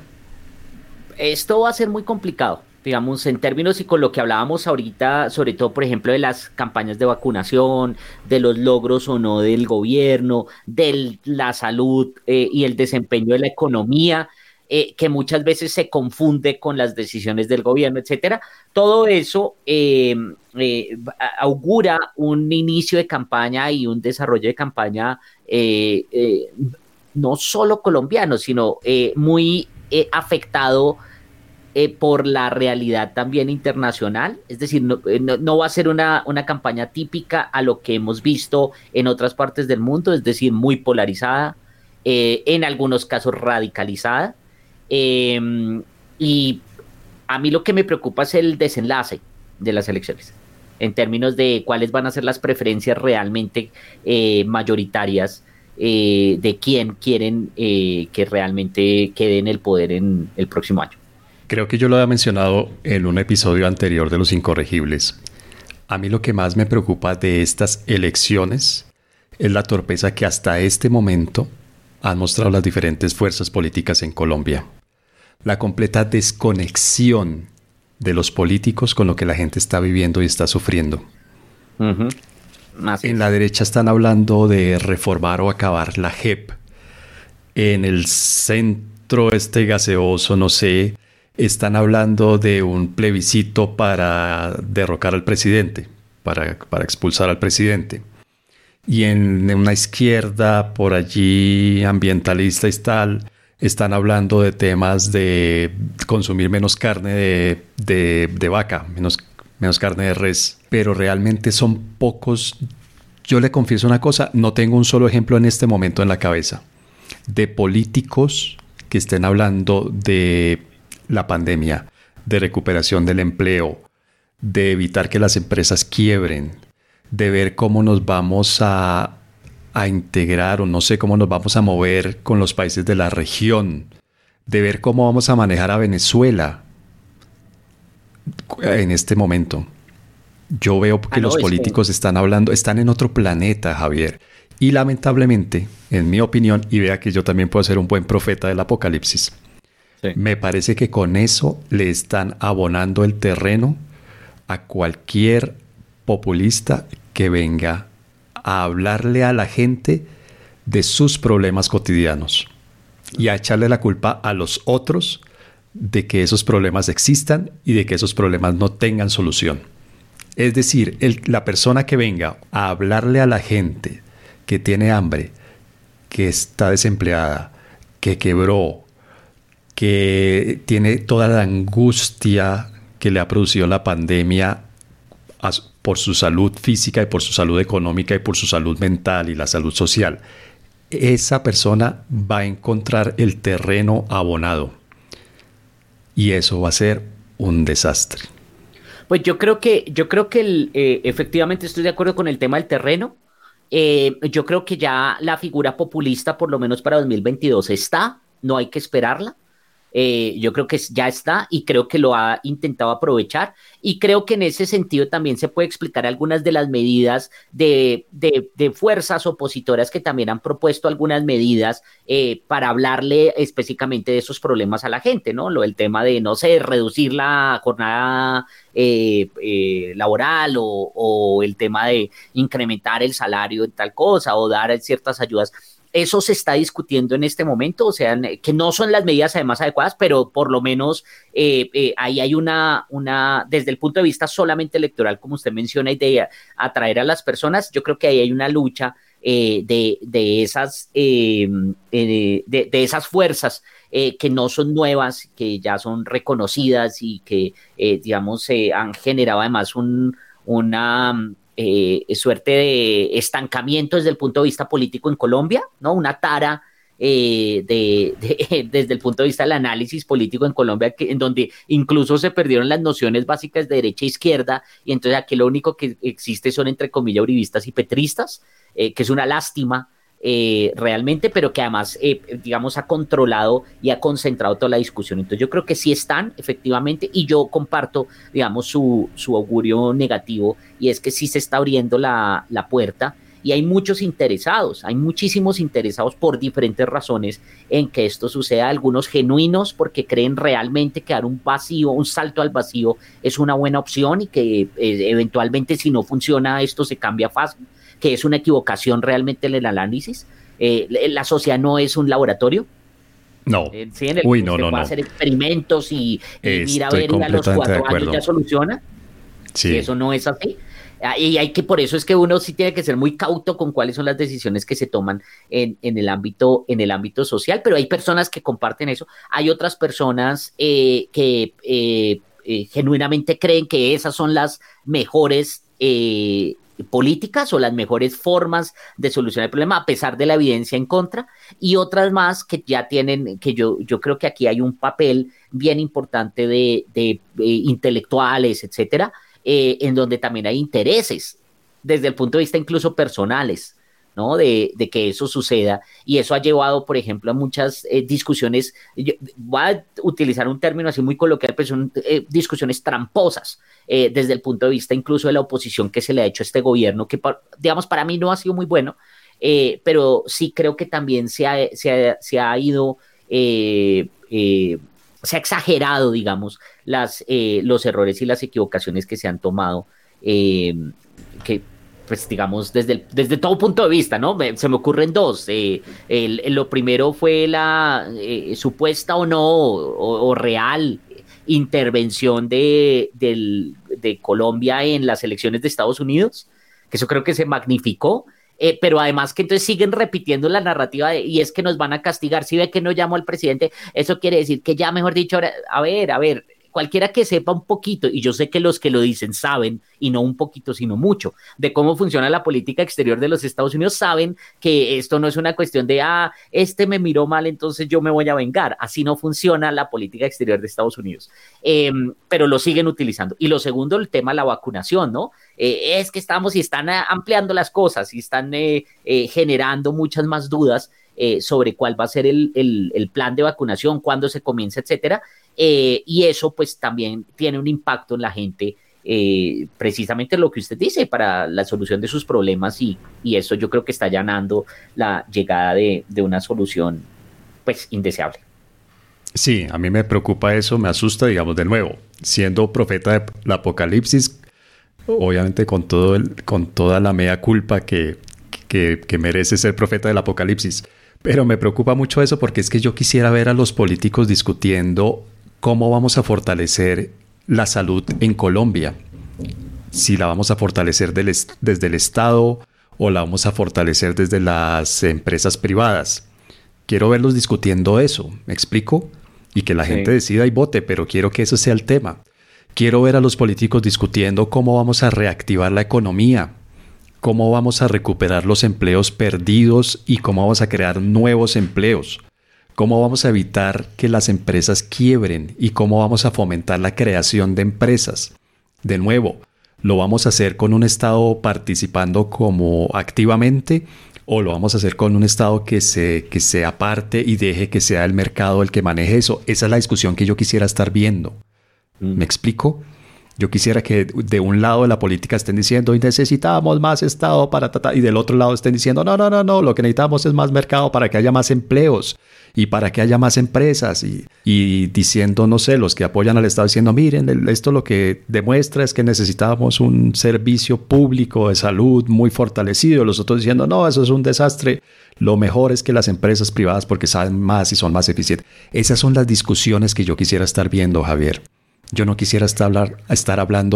Esto va a ser muy complicado, digamos, en términos y con lo que hablábamos ahorita, sobre todo, por ejemplo, de las campañas de vacunación, de los logros o no del gobierno, de la salud eh, y el desempeño de la economía, eh, que muchas veces se confunde con las decisiones del gobierno, etcétera. Todo eso eh, eh, augura un inicio de campaña y un desarrollo de campaña eh, eh, no solo colombiano, sino eh, muy eh, afectado eh, por la realidad también internacional. Es decir, no, eh, no, no va a ser una, una, campaña típica a lo que hemos visto en otras partes del mundo, es decir, muy polarizada, eh, en algunos casos radicalizada. Eh, y a mí lo que me preocupa es el desenlace de las elecciones, en términos de cuáles van a ser las preferencias realmente eh, mayoritarias eh, de quién quieren eh, que realmente quede en el poder en el próximo año. Creo que yo lo había mencionado en un episodio anterior de Los Incorregibles. A mí lo que más me preocupa de estas elecciones es la torpeza que hasta este momento han mostrado las diferentes fuerzas políticas en Colombia. La completa desconexión de los políticos con lo que la gente está viviendo y está sufriendo. Uh-huh. Así En es. la derecha están hablando de reformar o acabar la J E P. En el centro este gaseoso, no sé, están hablando de un plebiscito para derrocar al presidente, para, para expulsar al presidente. Y en una izquierda, por allí, ambientalista y tal, están hablando de temas de consumir menos carne de, de, de vaca, menos, menos carne de res. Pero realmente son pocos. Yo le confieso una cosa, no tengo un solo ejemplo en este momento en la cabeza de políticos que estén hablando de la pandemia, de recuperación del empleo, de evitar que las empresas quiebren, de ver cómo nos vamos a, a integrar o no sé cómo nos vamos a mover con los países de la región, de ver cómo vamos a manejar a Venezuela en este momento. Yo veo que Ah, no, los es que políticos están hablando, están en otro planeta, Javier. Y lamentablemente, en mi opinión, y vea que yo también puedo ser un buen profeta del apocalipsis, sí. me parece que con eso le están abonando el terreno a cualquier populista que venga a hablarle a la gente de sus problemas cotidianos y a echarle la culpa a los otros de que esos problemas existan y de que esos problemas no tengan solución. Es decir, el, la persona que venga a hablarle a la gente que tiene hambre, que está desempleada, que quebró, que tiene toda la angustia que le ha producido la pandemia por su salud física y por su salud económica y por su salud mental y la salud social, esa persona va a encontrar el terreno abonado y eso va a ser un desastre. Pues yo creo que, yo creo que el, eh, efectivamente estoy de acuerdo con el tema del terreno. Eh, yo creo que ya la figura populista, por lo menos para dos mil veintidós, está, no hay que esperarla. Eh, yo creo que ya está y creo que lo ha intentado aprovechar y creo que en ese sentido también se puede explicar algunas de las medidas de, de, de fuerzas opositoras que también han propuesto algunas medidas eh, para hablarle específicamente de esos problemas a la gente, ¿no? Lo, el tema de, no sé, reducir la jornada eh, eh, laboral o, o el tema de incrementar el salario en tal cosa o dar ciertas ayudas. Eso se está discutiendo en este momento, o sea, que no son las medidas además adecuadas, pero por lo menos eh, eh, ahí hay una, una, desde el punto de vista solamente electoral, como usted menciona, y de atraer a las personas, yo creo que ahí hay una lucha eh, de, de, esas, eh, eh, de, de esas fuerzas eh, que no son nuevas, que ya son reconocidas y que, eh, digamos, eh, han generado además un, una eh, suerte de estancamiento desde el punto de vista político en Colombia, ¿no? Una tara Eh, de, de, desde el punto de vista del análisis político en Colombia, que, en donde incluso se perdieron las nociones básicas de derecha e izquierda, y entonces aquí lo único que existe son, entre comillas, uribistas y petristas, eh, que es una lástima eh, realmente, pero que además, eh, digamos, ha controlado y ha concentrado toda la discusión. Entonces yo creo que sí están, efectivamente, y yo comparto, digamos, su, su augurio negativo, y es que sí se está abriendo la, la puerta. Y hay muchos interesados, hay muchísimos interesados por diferentes razones en que esto suceda, algunos genuinos porque creen realmente que dar un vacío, un salto al vacío es una buena opción y que eh, eventualmente si no funciona esto se cambia fácil, que es una equivocación realmente en el análisis. Eh, la sociedad no es un laboratorio. No. Eh, sí, en el Uy, que no, se no, puede no. hacer experimentos y, y mira a ver y a los cuatro años ya soluciona. Sí. Si eso no es así. Y hay que, por eso es que uno sí tiene que ser muy cauto con cuáles son las decisiones que se toman en, en el ámbito, en el ámbito social, pero hay personas que comparten eso, hay otras personas eh, que eh, eh, genuinamente creen que esas son las mejores eh, políticas o las mejores formas de solucionar el problema, a pesar de la evidencia en contra, y otras más que ya tienen, que yo, yo creo que aquí hay un papel bien importante de, de, de intelectuales, etcétera, Eh, en donde también hay intereses, desde el punto de vista incluso personales, ¿no? De, de que eso suceda, y eso ha llevado, por ejemplo, a muchas eh, discusiones, yo voy a utilizar un término así muy coloquial, pero son eh, discusiones tramposas, eh, desde el punto de vista incluso de la oposición que se le ha hecho a este gobierno, que, digamos, para mí no ha sido muy bueno, eh, pero sí creo que también se ha, se ha, se ha ido... Eh, eh, se ha exagerado, digamos, las, eh, los errores y las equivocaciones que se han tomado, eh, que, pues, digamos, desde, el, desde todo punto de vista, ¿no? Me, se me ocurren dos. Eh, el, el, lo primero fue la eh, supuesta o no, o, o real intervención de, del, de Colombia en las elecciones de Estados Unidos, que eso creo que se magnificó. Eh, pero además que entonces siguen repitiendo la narrativa de, y es que nos van a castigar, si ve que no llamo al presidente, eso quiere decir que ya, mejor dicho, ahora, a ver, a ver, cualquiera que sepa un poquito, y yo sé que los que lo dicen saben, y no un poquito, sino mucho, de cómo funciona la política exterior de los Estados Unidos, saben que esto no es una cuestión de, ah, este me miró mal, entonces yo me voy a vengar. Así no funciona la política exterior de Estados Unidos. Eh, pero lo siguen utilizando. Y lo segundo, el tema de la vacunación, ¿no? Eh, es que estamos y están ampliando las cosas y están eh, eh, generando muchas más dudas eh, sobre cuál va a ser el, el, el plan de vacunación, cuándo se comienza, etcétera. Eh, y eso pues también tiene un impacto en la gente, eh, precisamente lo que usted dice, para la solución de sus problemas, y, y eso yo creo que está allanando la llegada de, de una solución pues indeseable. Sí, a mí me preocupa eso, me asusta, digamos, de nuevo, siendo profeta del apocalipsis, obviamente con, todo el, con toda la mea culpa que, que, que merece ser profeta del apocalipsis. Pero me preocupa mucho eso porque es que yo quisiera ver a los políticos discutiendo cómo vamos a fortalecer la salud en Colombia. Si la vamos a fortalecer del, desde el Estado o la vamos a fortalecer desde las empresas privadas. Quiero verlos discutiendo eso, ¿me explico? Y que la sí. gente decida y vote, pero quiero que eso sea el tema. Quiero ver a los políticos discutiendo cómo vamos a reactivar la economía, cómo vamos a recuperar los empleos perdidos y cómo vamos a crear nuevos empleos, cómo vamos a evitar que las empresas quiebren y cómo vamos a fomentar la creación de empresas. De nuevo, ¿lo vamos a hacer con un Estado participando como activamente o lo vamos a hacer con un Estado que se, que se aparte y deje que sea el mercado el que maneje eso? Esa es la discusión que yo quisiera estar viendo. ¿Me explico? Yo quisiera que de un lado de la política estén diciendo y necesitamos más Estado para tratar, y del otro lado estén diciendo no, no, no, no, lo que necesitamos es más mercado para que haya más empleos y para que haya más empresas, y, y diciendo, no sé, los que apoyan al Estado diciendo, miren, esto lo que demuestra es que necesitamos un servicio público de salud muy fortalecido, los otros diciendo, no, eso es un desastre, lo mejor es que las empresas privadas porque saben más y son más eficientes. Esas son las discusiones que yo quisiera estar viendo, Javier. Yo no quisiera estar, hablar, estar hablando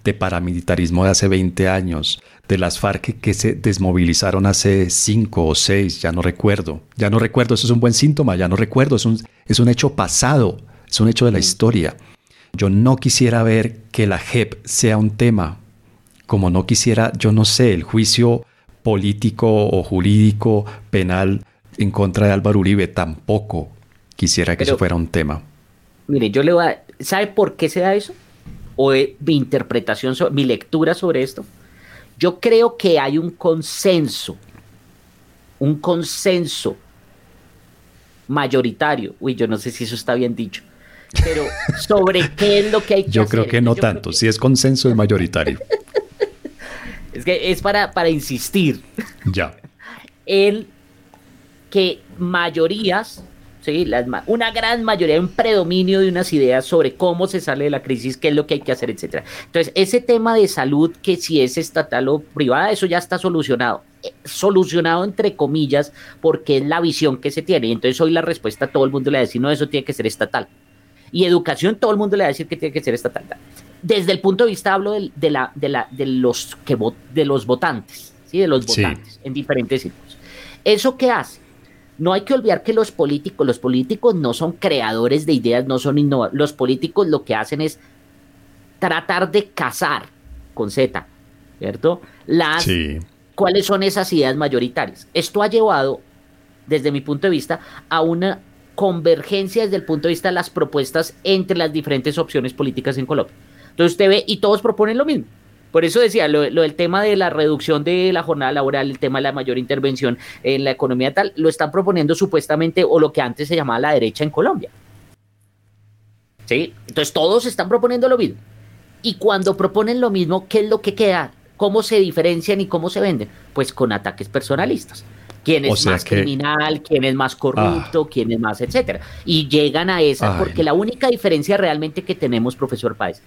de paramilitarismo de hace veinte años, de las FARC que se desmovilizaron hace cinco o seis, ya no recuerdo. Ya no recuerdo, eso es un buen síntoma, ya no recuerdo, es un, es un hecho pasado, es un hecho de la historia. Yo no quisiera ver que la J E P sea un tema, como no quisiera, yo no sé, el juicio político o jurídico penal en contra de Álvaro Uribe, tampoco quisiera que Pero, eso fuera un tema. Mire, yo le voy a... ¿Sabe por qué se da eso? O eh, mi interpretación, sobre, mi lectura sobre esto. Yo creo que hay un consenso, un consenso mayoritario, uy, yo no sé si eso está bien dicho, pero sobre qué es lo que hay que yo hacer. Yo creo que no yo tanto, que... si es consenso es mayoritario. Es que es para, para insistir. Ya. En que mayorías, ¿sí? Las, una gran mayoría, un predominio de unas ideas sobre cómo se sale de la crisis, qué es lo que hay que hacer, etcétera. Entonces, ese tema de salud, que si es estatal o privada, eso ya está solucionado. Eh, solucionado entre comillas, porque es la visión que se tiene. Y entonces hoy la respuesta a todo el mundo le va a decir, no, eso tiene que ser estatal. Y educación, todo el mundo le va a decir que tiene que ser estatal. Desde el punto de vista hablo de, de, la, de, la, de, los, que, de los votantes, ¿sí? De los votantes, sí. En diferentes círculos. ¿Eso qué hace? No hay que olvidar que los políticos, los políticos no son creadores de ideas, no son innovadores. Los políticos lo que hacen es tratar de cazar, con Z, ¿cierto? Las, sí. ¿Cuáles son esas ideas mayoritarias? Esto ha llevado, desde mi punto de vista, a una convergencia desde el punto de vista de las propuestas entre las diferentes opciones políticas en Colombia. Entonces usted ve y todos proponen lo mismo. Por eso decía, lo, lo del tema de la reducción de la jornada laboral, el tema de la mayor intervención en la economía tal, lo están proponiendo supuestamente, o lo que antes se llamaba la derecha en Colombia. ¿Sí? Entonces todos están proponiendo lo mismo. Y cuando proponen lo mismo, ¿qué es lo que queda? ¿Cómo se diferencian y cómo se venden? Pues con ataques personalistas. ¿Quién es o sea más que... criminal? ¿Quién es más corrupto? Ah. ¿Quién es más, etcétera? Y llegan a esa, Ay. porque la única diferencia realmente que tenemos, profesor Páez,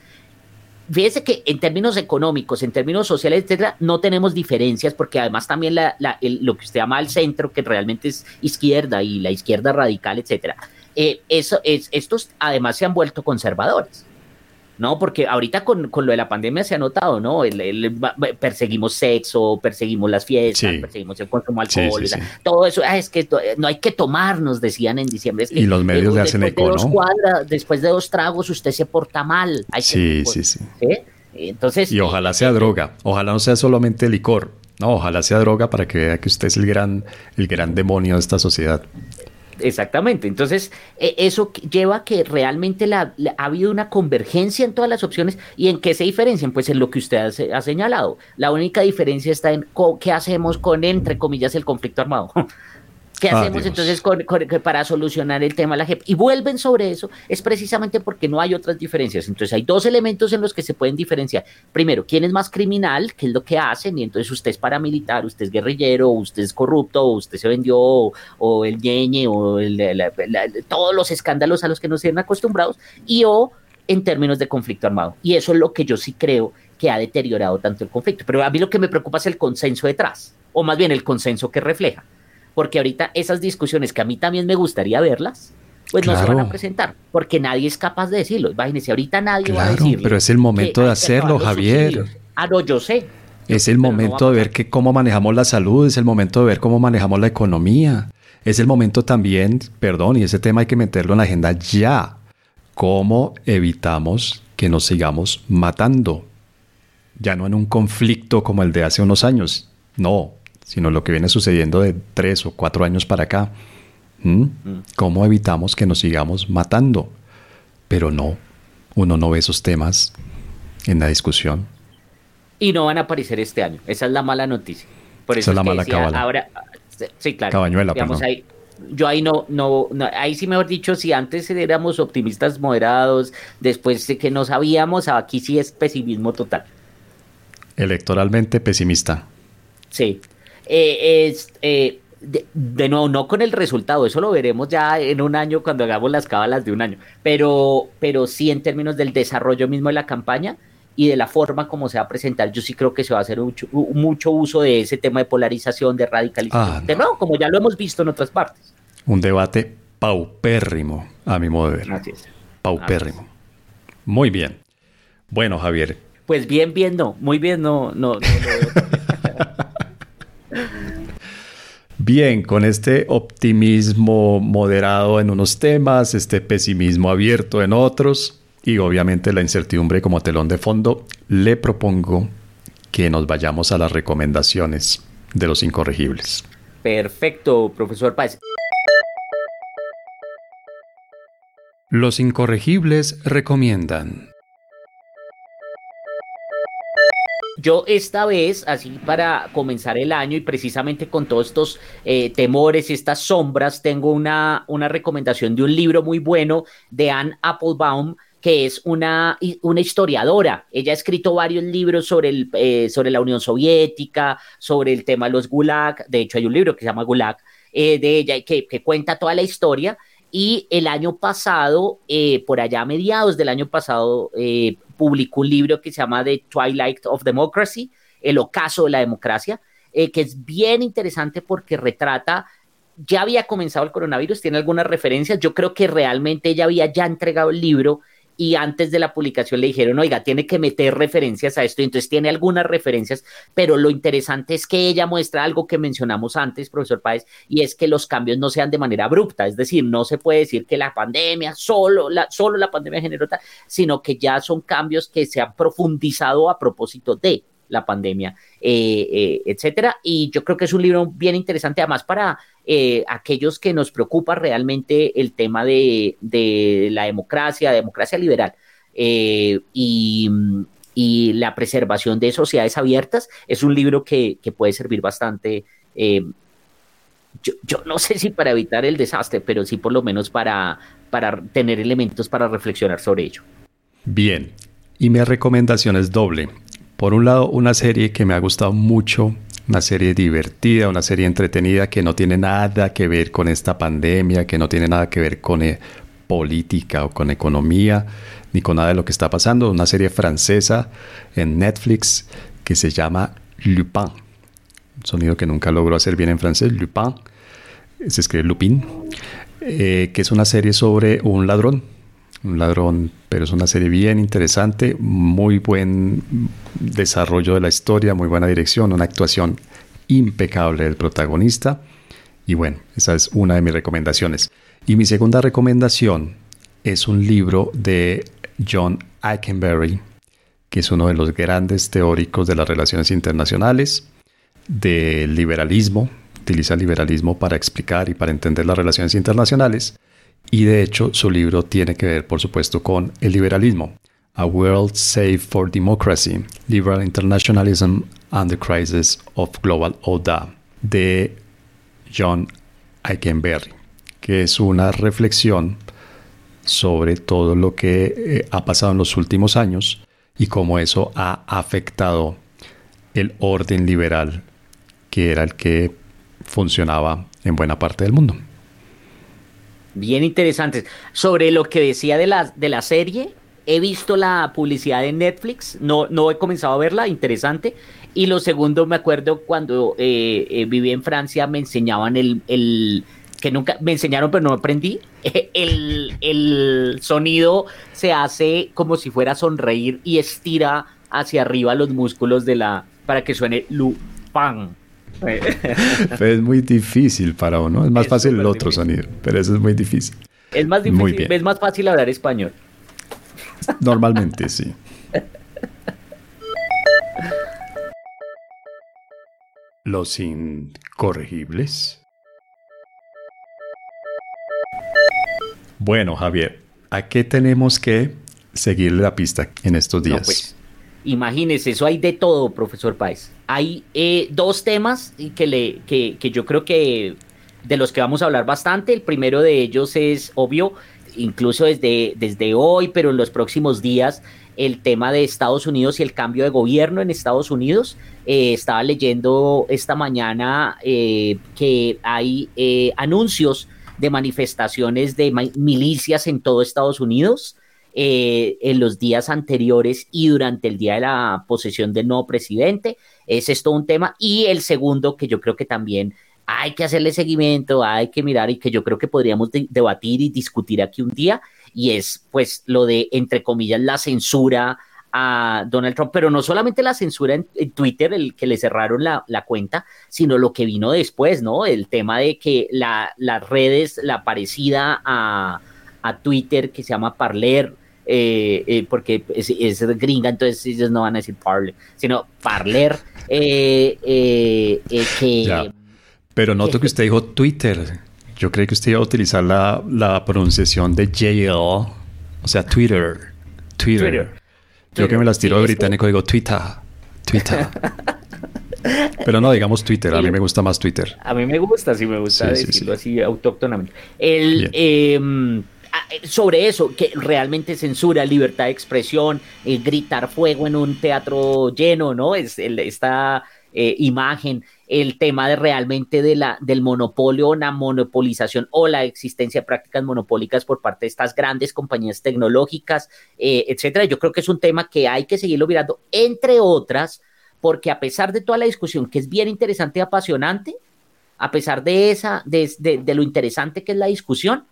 fíjese que en términos económicos, en términos sociales, etcétera, no tenemos diferencias, porque además también la, la, el, lo que usted llama el centro, que realmente es izquierda y la izquierda radical, etcétera, eh, eso, es, estos además se han vuelto conservadores. No, porque ahorita con, con lo de la pandemia se ha notado, ¿no? El, el, perseguimos sexo, perseguimos las fiestas, sí. perseguimos el consumo de alcohol, sí, sí, sí. todo eso. Ah, es que no hay que tomar, nos decían en diciembre. Es que, y los medios eh, le hacen eco, de ¿no? Cuadras, después de dos tragos usted se porta mal. Hay sí, que, sí, sí, sí. Entonces, y ojalá sea eh, droga, ojalá no sea solamente licor. No, ojalá sea droga para que vea que usted es el gran, el gran demonio de esta sociedad. Exactamente, entonces eh, eso lleva a que realmente la, la, ha habido una convergencia en todas las opciones. ¿Y en qué se diferencian? Pues en lo que usted ha, ha señalado. La única diferencia está en co- qué hacemos con, entre comillas, el conflicto armado. ¿Qué ah, hacemos Dios. entonces con, con, para solucionar el tema de la J E P? Y vuelven sobre eso, es precisamente porque no hay otras diferencias. Entonces hay dos elementos en los que se pueden diferenciar. Primero, ¿quién es más criminal? ¿Qué es lo que hacen? Y entonces usted es paramilitar, usted es guerrillero, usted es corrupto, o usted se vendió, o, o el ñeñe, o el, la, la, la, todos los escándalos a los que nos tienen acostumbrados, y o en términos de conflicto armado. Y eso es lo que yo sí creo que ha deteriorado tanto el conflicto. Pero a mí lo que me preocupa es el consenso detrás, o más bien el consenso que refleja. Porque ahorita esas discusiones que a mí también me gustaría verlas, pues claro. no se van a presentar, porque nadie es capaz de decirlo. Imagínense, ahorita nadie claro, va a decirlo. Pero es el momento de hacerlo, Javier. Subsidios. Ah, no, yo sé. Es el momento no de ver que cómo manejamos la salud, es el momento de ver cómo manejamos la economía. Es el momento también, perdón, y ese tema hay que meterlo en la agenda ya. ¿Cómo evitamos que nos sigamos matando? Ya no en un conflicto como el de hace unos años, no. Sino lo que viene sucediendo de tres o cuatro años para acá. ¿Mm? ¿Cómo evitamos que nos sigamos matando? Pero no, uno no ve esos temas en la discusión. Y no van a aparecer este año. Esa es la mala noticia. Por eso Esa es la es que mala decía, cábala. Ahora, sí, claro. Cabañuela, digamos, perdón. ahí, yo ahí no, no, no, ahí sí mejor dicho, si antes éramos optimistas moderados, después de que no sabíamos, aquí sí es pesimismo total. Electoralmente pesimista. Sí. Eh, es, eh, de, de nuevo, no con el resultado, eso lo veremos ya en un año cuando hagamos las cábalas de un año, pero, pero sí en términos del desarrollo mismo de la campaña y de la forma como se va a presentar, yo sí creo que se va a hacer mucho, mucho uso de ese tema de polarización, de radicalización, ah, no. de nuevo, como ya lo hemos visto en otras partes. Un debate paupérrimo, a mi modo de ver. Así es. Paupérrimo. Así es. Muy bien. Bueno, Javier, Pues bien, bien, no, muy bien, no, no, no lo veo. Bien, con este optimismo moderado en unos temas, este pesimismo abierto en otros y obviamente la incertidumbre como telón de fondo, le propongo que nos vayamos a las recomendaciones de los incorregibles. Perfecto, profesor Páez. Los incorregibles recomiendan. Yo esta vez, así para comenzar el año y precisamente con todos estos eh, temores, estas sombras, tengo una, una recomendación de un libro muy bueno de Anne Applebaum, que es una, una historiadora. Ella ha escrito varios libros sobre, el, eh, sobre la Unión Soviética, sobre el tema de los Gulag. De hecho, hay un libro que se llama Gulag, eh, de ella, que, que cuenta toda la historia. Y el año pasado, eh, por allá a mediados del año pasado, eh, publicó un libro que se llama The Twilight of Democracy, El ocaso de la democracia, eh, que es bien interesante porque retrata, ya había comenzado el coronavirus, tiene algunas referencias, yo creo que realmente ella había ya entregado el libro y antes de la publicación le dijeron, oiga, tiene que meter referencias a esto, y entonces tiene algunas referencias, pero lo interesante es que ella muestra algo que mencionamos antes, profesor Páez, y es que los cambios no sean de manera abrupta, es decir, no se puede decir que la pandemia, solo la, solo la pandemia generó tal, sino que ya son cambios que se han profundizado a propósito de la pandemia, eh, eh, etcétera, y yo creo que es un libro bien interesante, además para eh, aquellos que nos preocupa realmente el tema de, de la democracia, democracia liberal, eh, y, y la preservación de sociedades abiertas, es un libro que, que puede servir bastante, eh, yo, yo no sé si para evitar el desastre, pero sí por lo menos para, para tener elementos para reflexionar sobre ello. Bien, y mi recomendación es doble. Por un lado, una serie que me ha gustado mucho, una serie divertida, una serie entretenida que no tiene nada que ver con esta pandemia, que no tiene nada que ver con eh, política o con economía, ni con nada de lo que está pasando. Una serie francesa en Netflix que se llama Lupin. Un sonido que nunca logro hacer bien en francés. Lupin. Se escribe Lupin. Eh, que es una serie sobre un ladrón. Un ladrón, pero es una serie bien interesante, muy buen desarrollo de la historia, muy buena dirección, una actuación impecable del protagonista. Y bueno, esa es una de mis recomendaciones. Y mi segunda recomendación es un libro de John Ikenberry, que es uno de los grandes teóricos de las relaciones internacionales, del liberalismo. Utiliza el liberalismo para explicar y para entender las relaciones internacionales. Y de hecho, su libro tiene que ver, por supuesto, con el liberalismo. A World Safe for Democracy, Liberal Internationalism and the Crisis of Global Order, de John Ikenberry, que es una reflexión sobre todo lo que eh, ha pasado en los últimos años y cómo eso ha afectado el orden liberal, que era el que funcionaba en buena parte del mundo. Bien interesantes. Sobre lo que decía de la, de la serie, he visto la publicidad de Netflix, no, no he comenzado a verla, interesante. Y lo segundo, me acuerdo cuando eh, eh, viví en Francia, me enseñaban el, el, que nunca, me enseñaron pero no aprendí, el, el sonido se hace como si fuera a sonreír y estira hacia arriba los músculos de la, para que suene Lupin. Pero es muy difícil para uno. Es más es fácil el otro difícil. Sonido, pero eso es muy difícil. Es más difícil, es más fácil hablar español. Normalmente, sí. Los incorregibles. Bueno, Javier, ¿a qué tenemos que seguirle la pista en estos días? No, pues, imagínese, eso hay de todo, profesor Páez. Hay eh, dos temas que, le, que, que yo creo que de los que vamos a hablar bastante. El primero de ellos es obvio, incluso desde, desde hoy, pero en los próximos días, el tema de Estados Unidos y el cambio de gobierno en Estados Unidos. Eh, estaba leyendo esta mañana eh, que hay eh, anuncios de manifestaciones de ma- milicias en todo Estados Unidos. Eh, en los días anteriores y durante el día de la posesión del nuevo presidente. Ese es todo un tema. Y el segundo, que yo creo que también hay que hacerle seguimiento, hay que mirar y que yo creo que podríamos de- debatir y discutir aquí un día, y es pues lo de, entre comillas, la censura a Donald Trump, pero no solamente la censura en, en Twitter, el que le cerraron la, la cuenta, sino lo que vino después, ¿no? El tema de que la, las redes, la parecida a, a Twitter, que se llama Parler, eh, eh, porque es, es gringa, entonces ellos no van a decir Parler, sino Parler, eh, eh, eh, que... Ya. Pero noto que usted dijo Twitter. Yo creí que usted iba a utilizar la, la pronunciación de J L, o sea, Twitter. Twitter. Twitter. Yo que me las tiro sí, de británico digo Twitter. Twitter. Pero no, digamos Twitter. A mí me gusta más Twitter. A mí me gusta, sí me gusta sí, decirlo sí, sí. así autóctonamente. El, eh, sobre eso, que realmente censura, libertad de expresión, eh, gritar fuego en un teatro lleno, ¿no? Es el, esta eh, imagen, el tema de realmente de la, del monopolio, la monopolización o la existencia de prácticas monopólicas por parte de estas grandes compañías tecnológicas, eh, etcétera. Yo creo que es un tema que hay que seguirlo mirando, entre otras, porque a pesar de toda la discusión, que es bien interesante y apasionante, a pesar de esa, de, de, de lo interesante que es la discusión,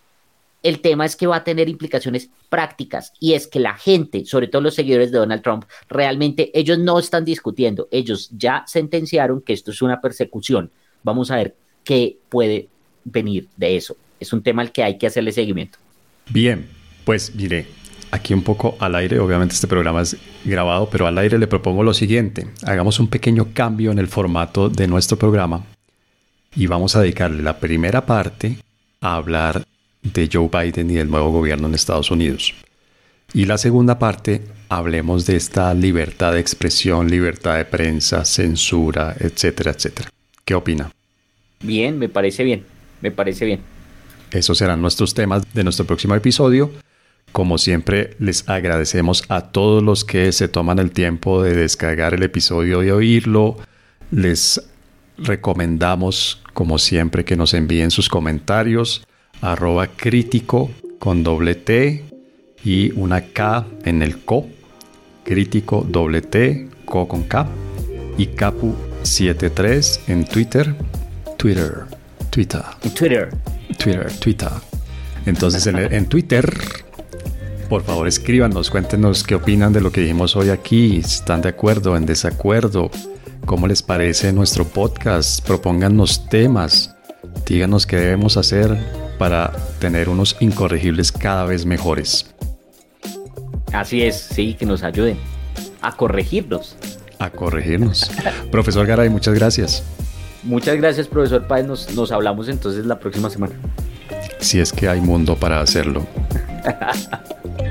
el tema es que va a tener implicaciones prácticas, y es que la gente, sobre todo los seguidores de Donald Trump, realmente ellos no están discutiendo, ellos ya sentenciaron que esto es una persecución. Vamos a ver qué puede venir de eso. Es un tema al que hay que hacerle seguimiento. Bien, pues mire, aquí un poco al aire, obviamente este programa es grabado, pero al aire le propongo lo siguiente: hagamos un pequeño cambio en el formato de nuestro programa y vamos a dedicarle la primera parte a hablar de Joe Biden y del nuevo gobierno en Estados Unidos. Y la segunda parte, hablemos de esta libertad de expresión, libertad de prensa, censura, etcétera, etcétera. ¿Qué opina? Bien, me parece bien, me parece bien. Esos serán nuestros temas de nuestro próximo episodio. Como siempre, les agradecemos a todos los que se toman el tiempo de descargar el episodio y oírlo. Les recomendamos, como siempre, que nos envíen sus comentarios. Arroba crítico con doble T y una K en el co. Crítico doble T, co con K. Y Capu setenta y tres en Twitter. Twitter. Twitter. Twitter. Twitter. Twitter. Entonces en, en Twitter, por favor escríbanos, cuéntenos qué opinan de lo que dijimos hoy aquí. ¿Están de acuerdo, en desacuerdo? ¿Cómo les parece nuestro podcast? Propóngannos temas. Díganos qué debemos hacer para tener unos incorregibles cada vez mejores. Así es, sí, que nos ayuden a corregirnos. A corregirnos. Profesor Garay, muchas gracias. Muchas gracias, profesor Páez. Nos, nos hablamos entonces la próxima semana. Si es que hay mundo para hacerlo.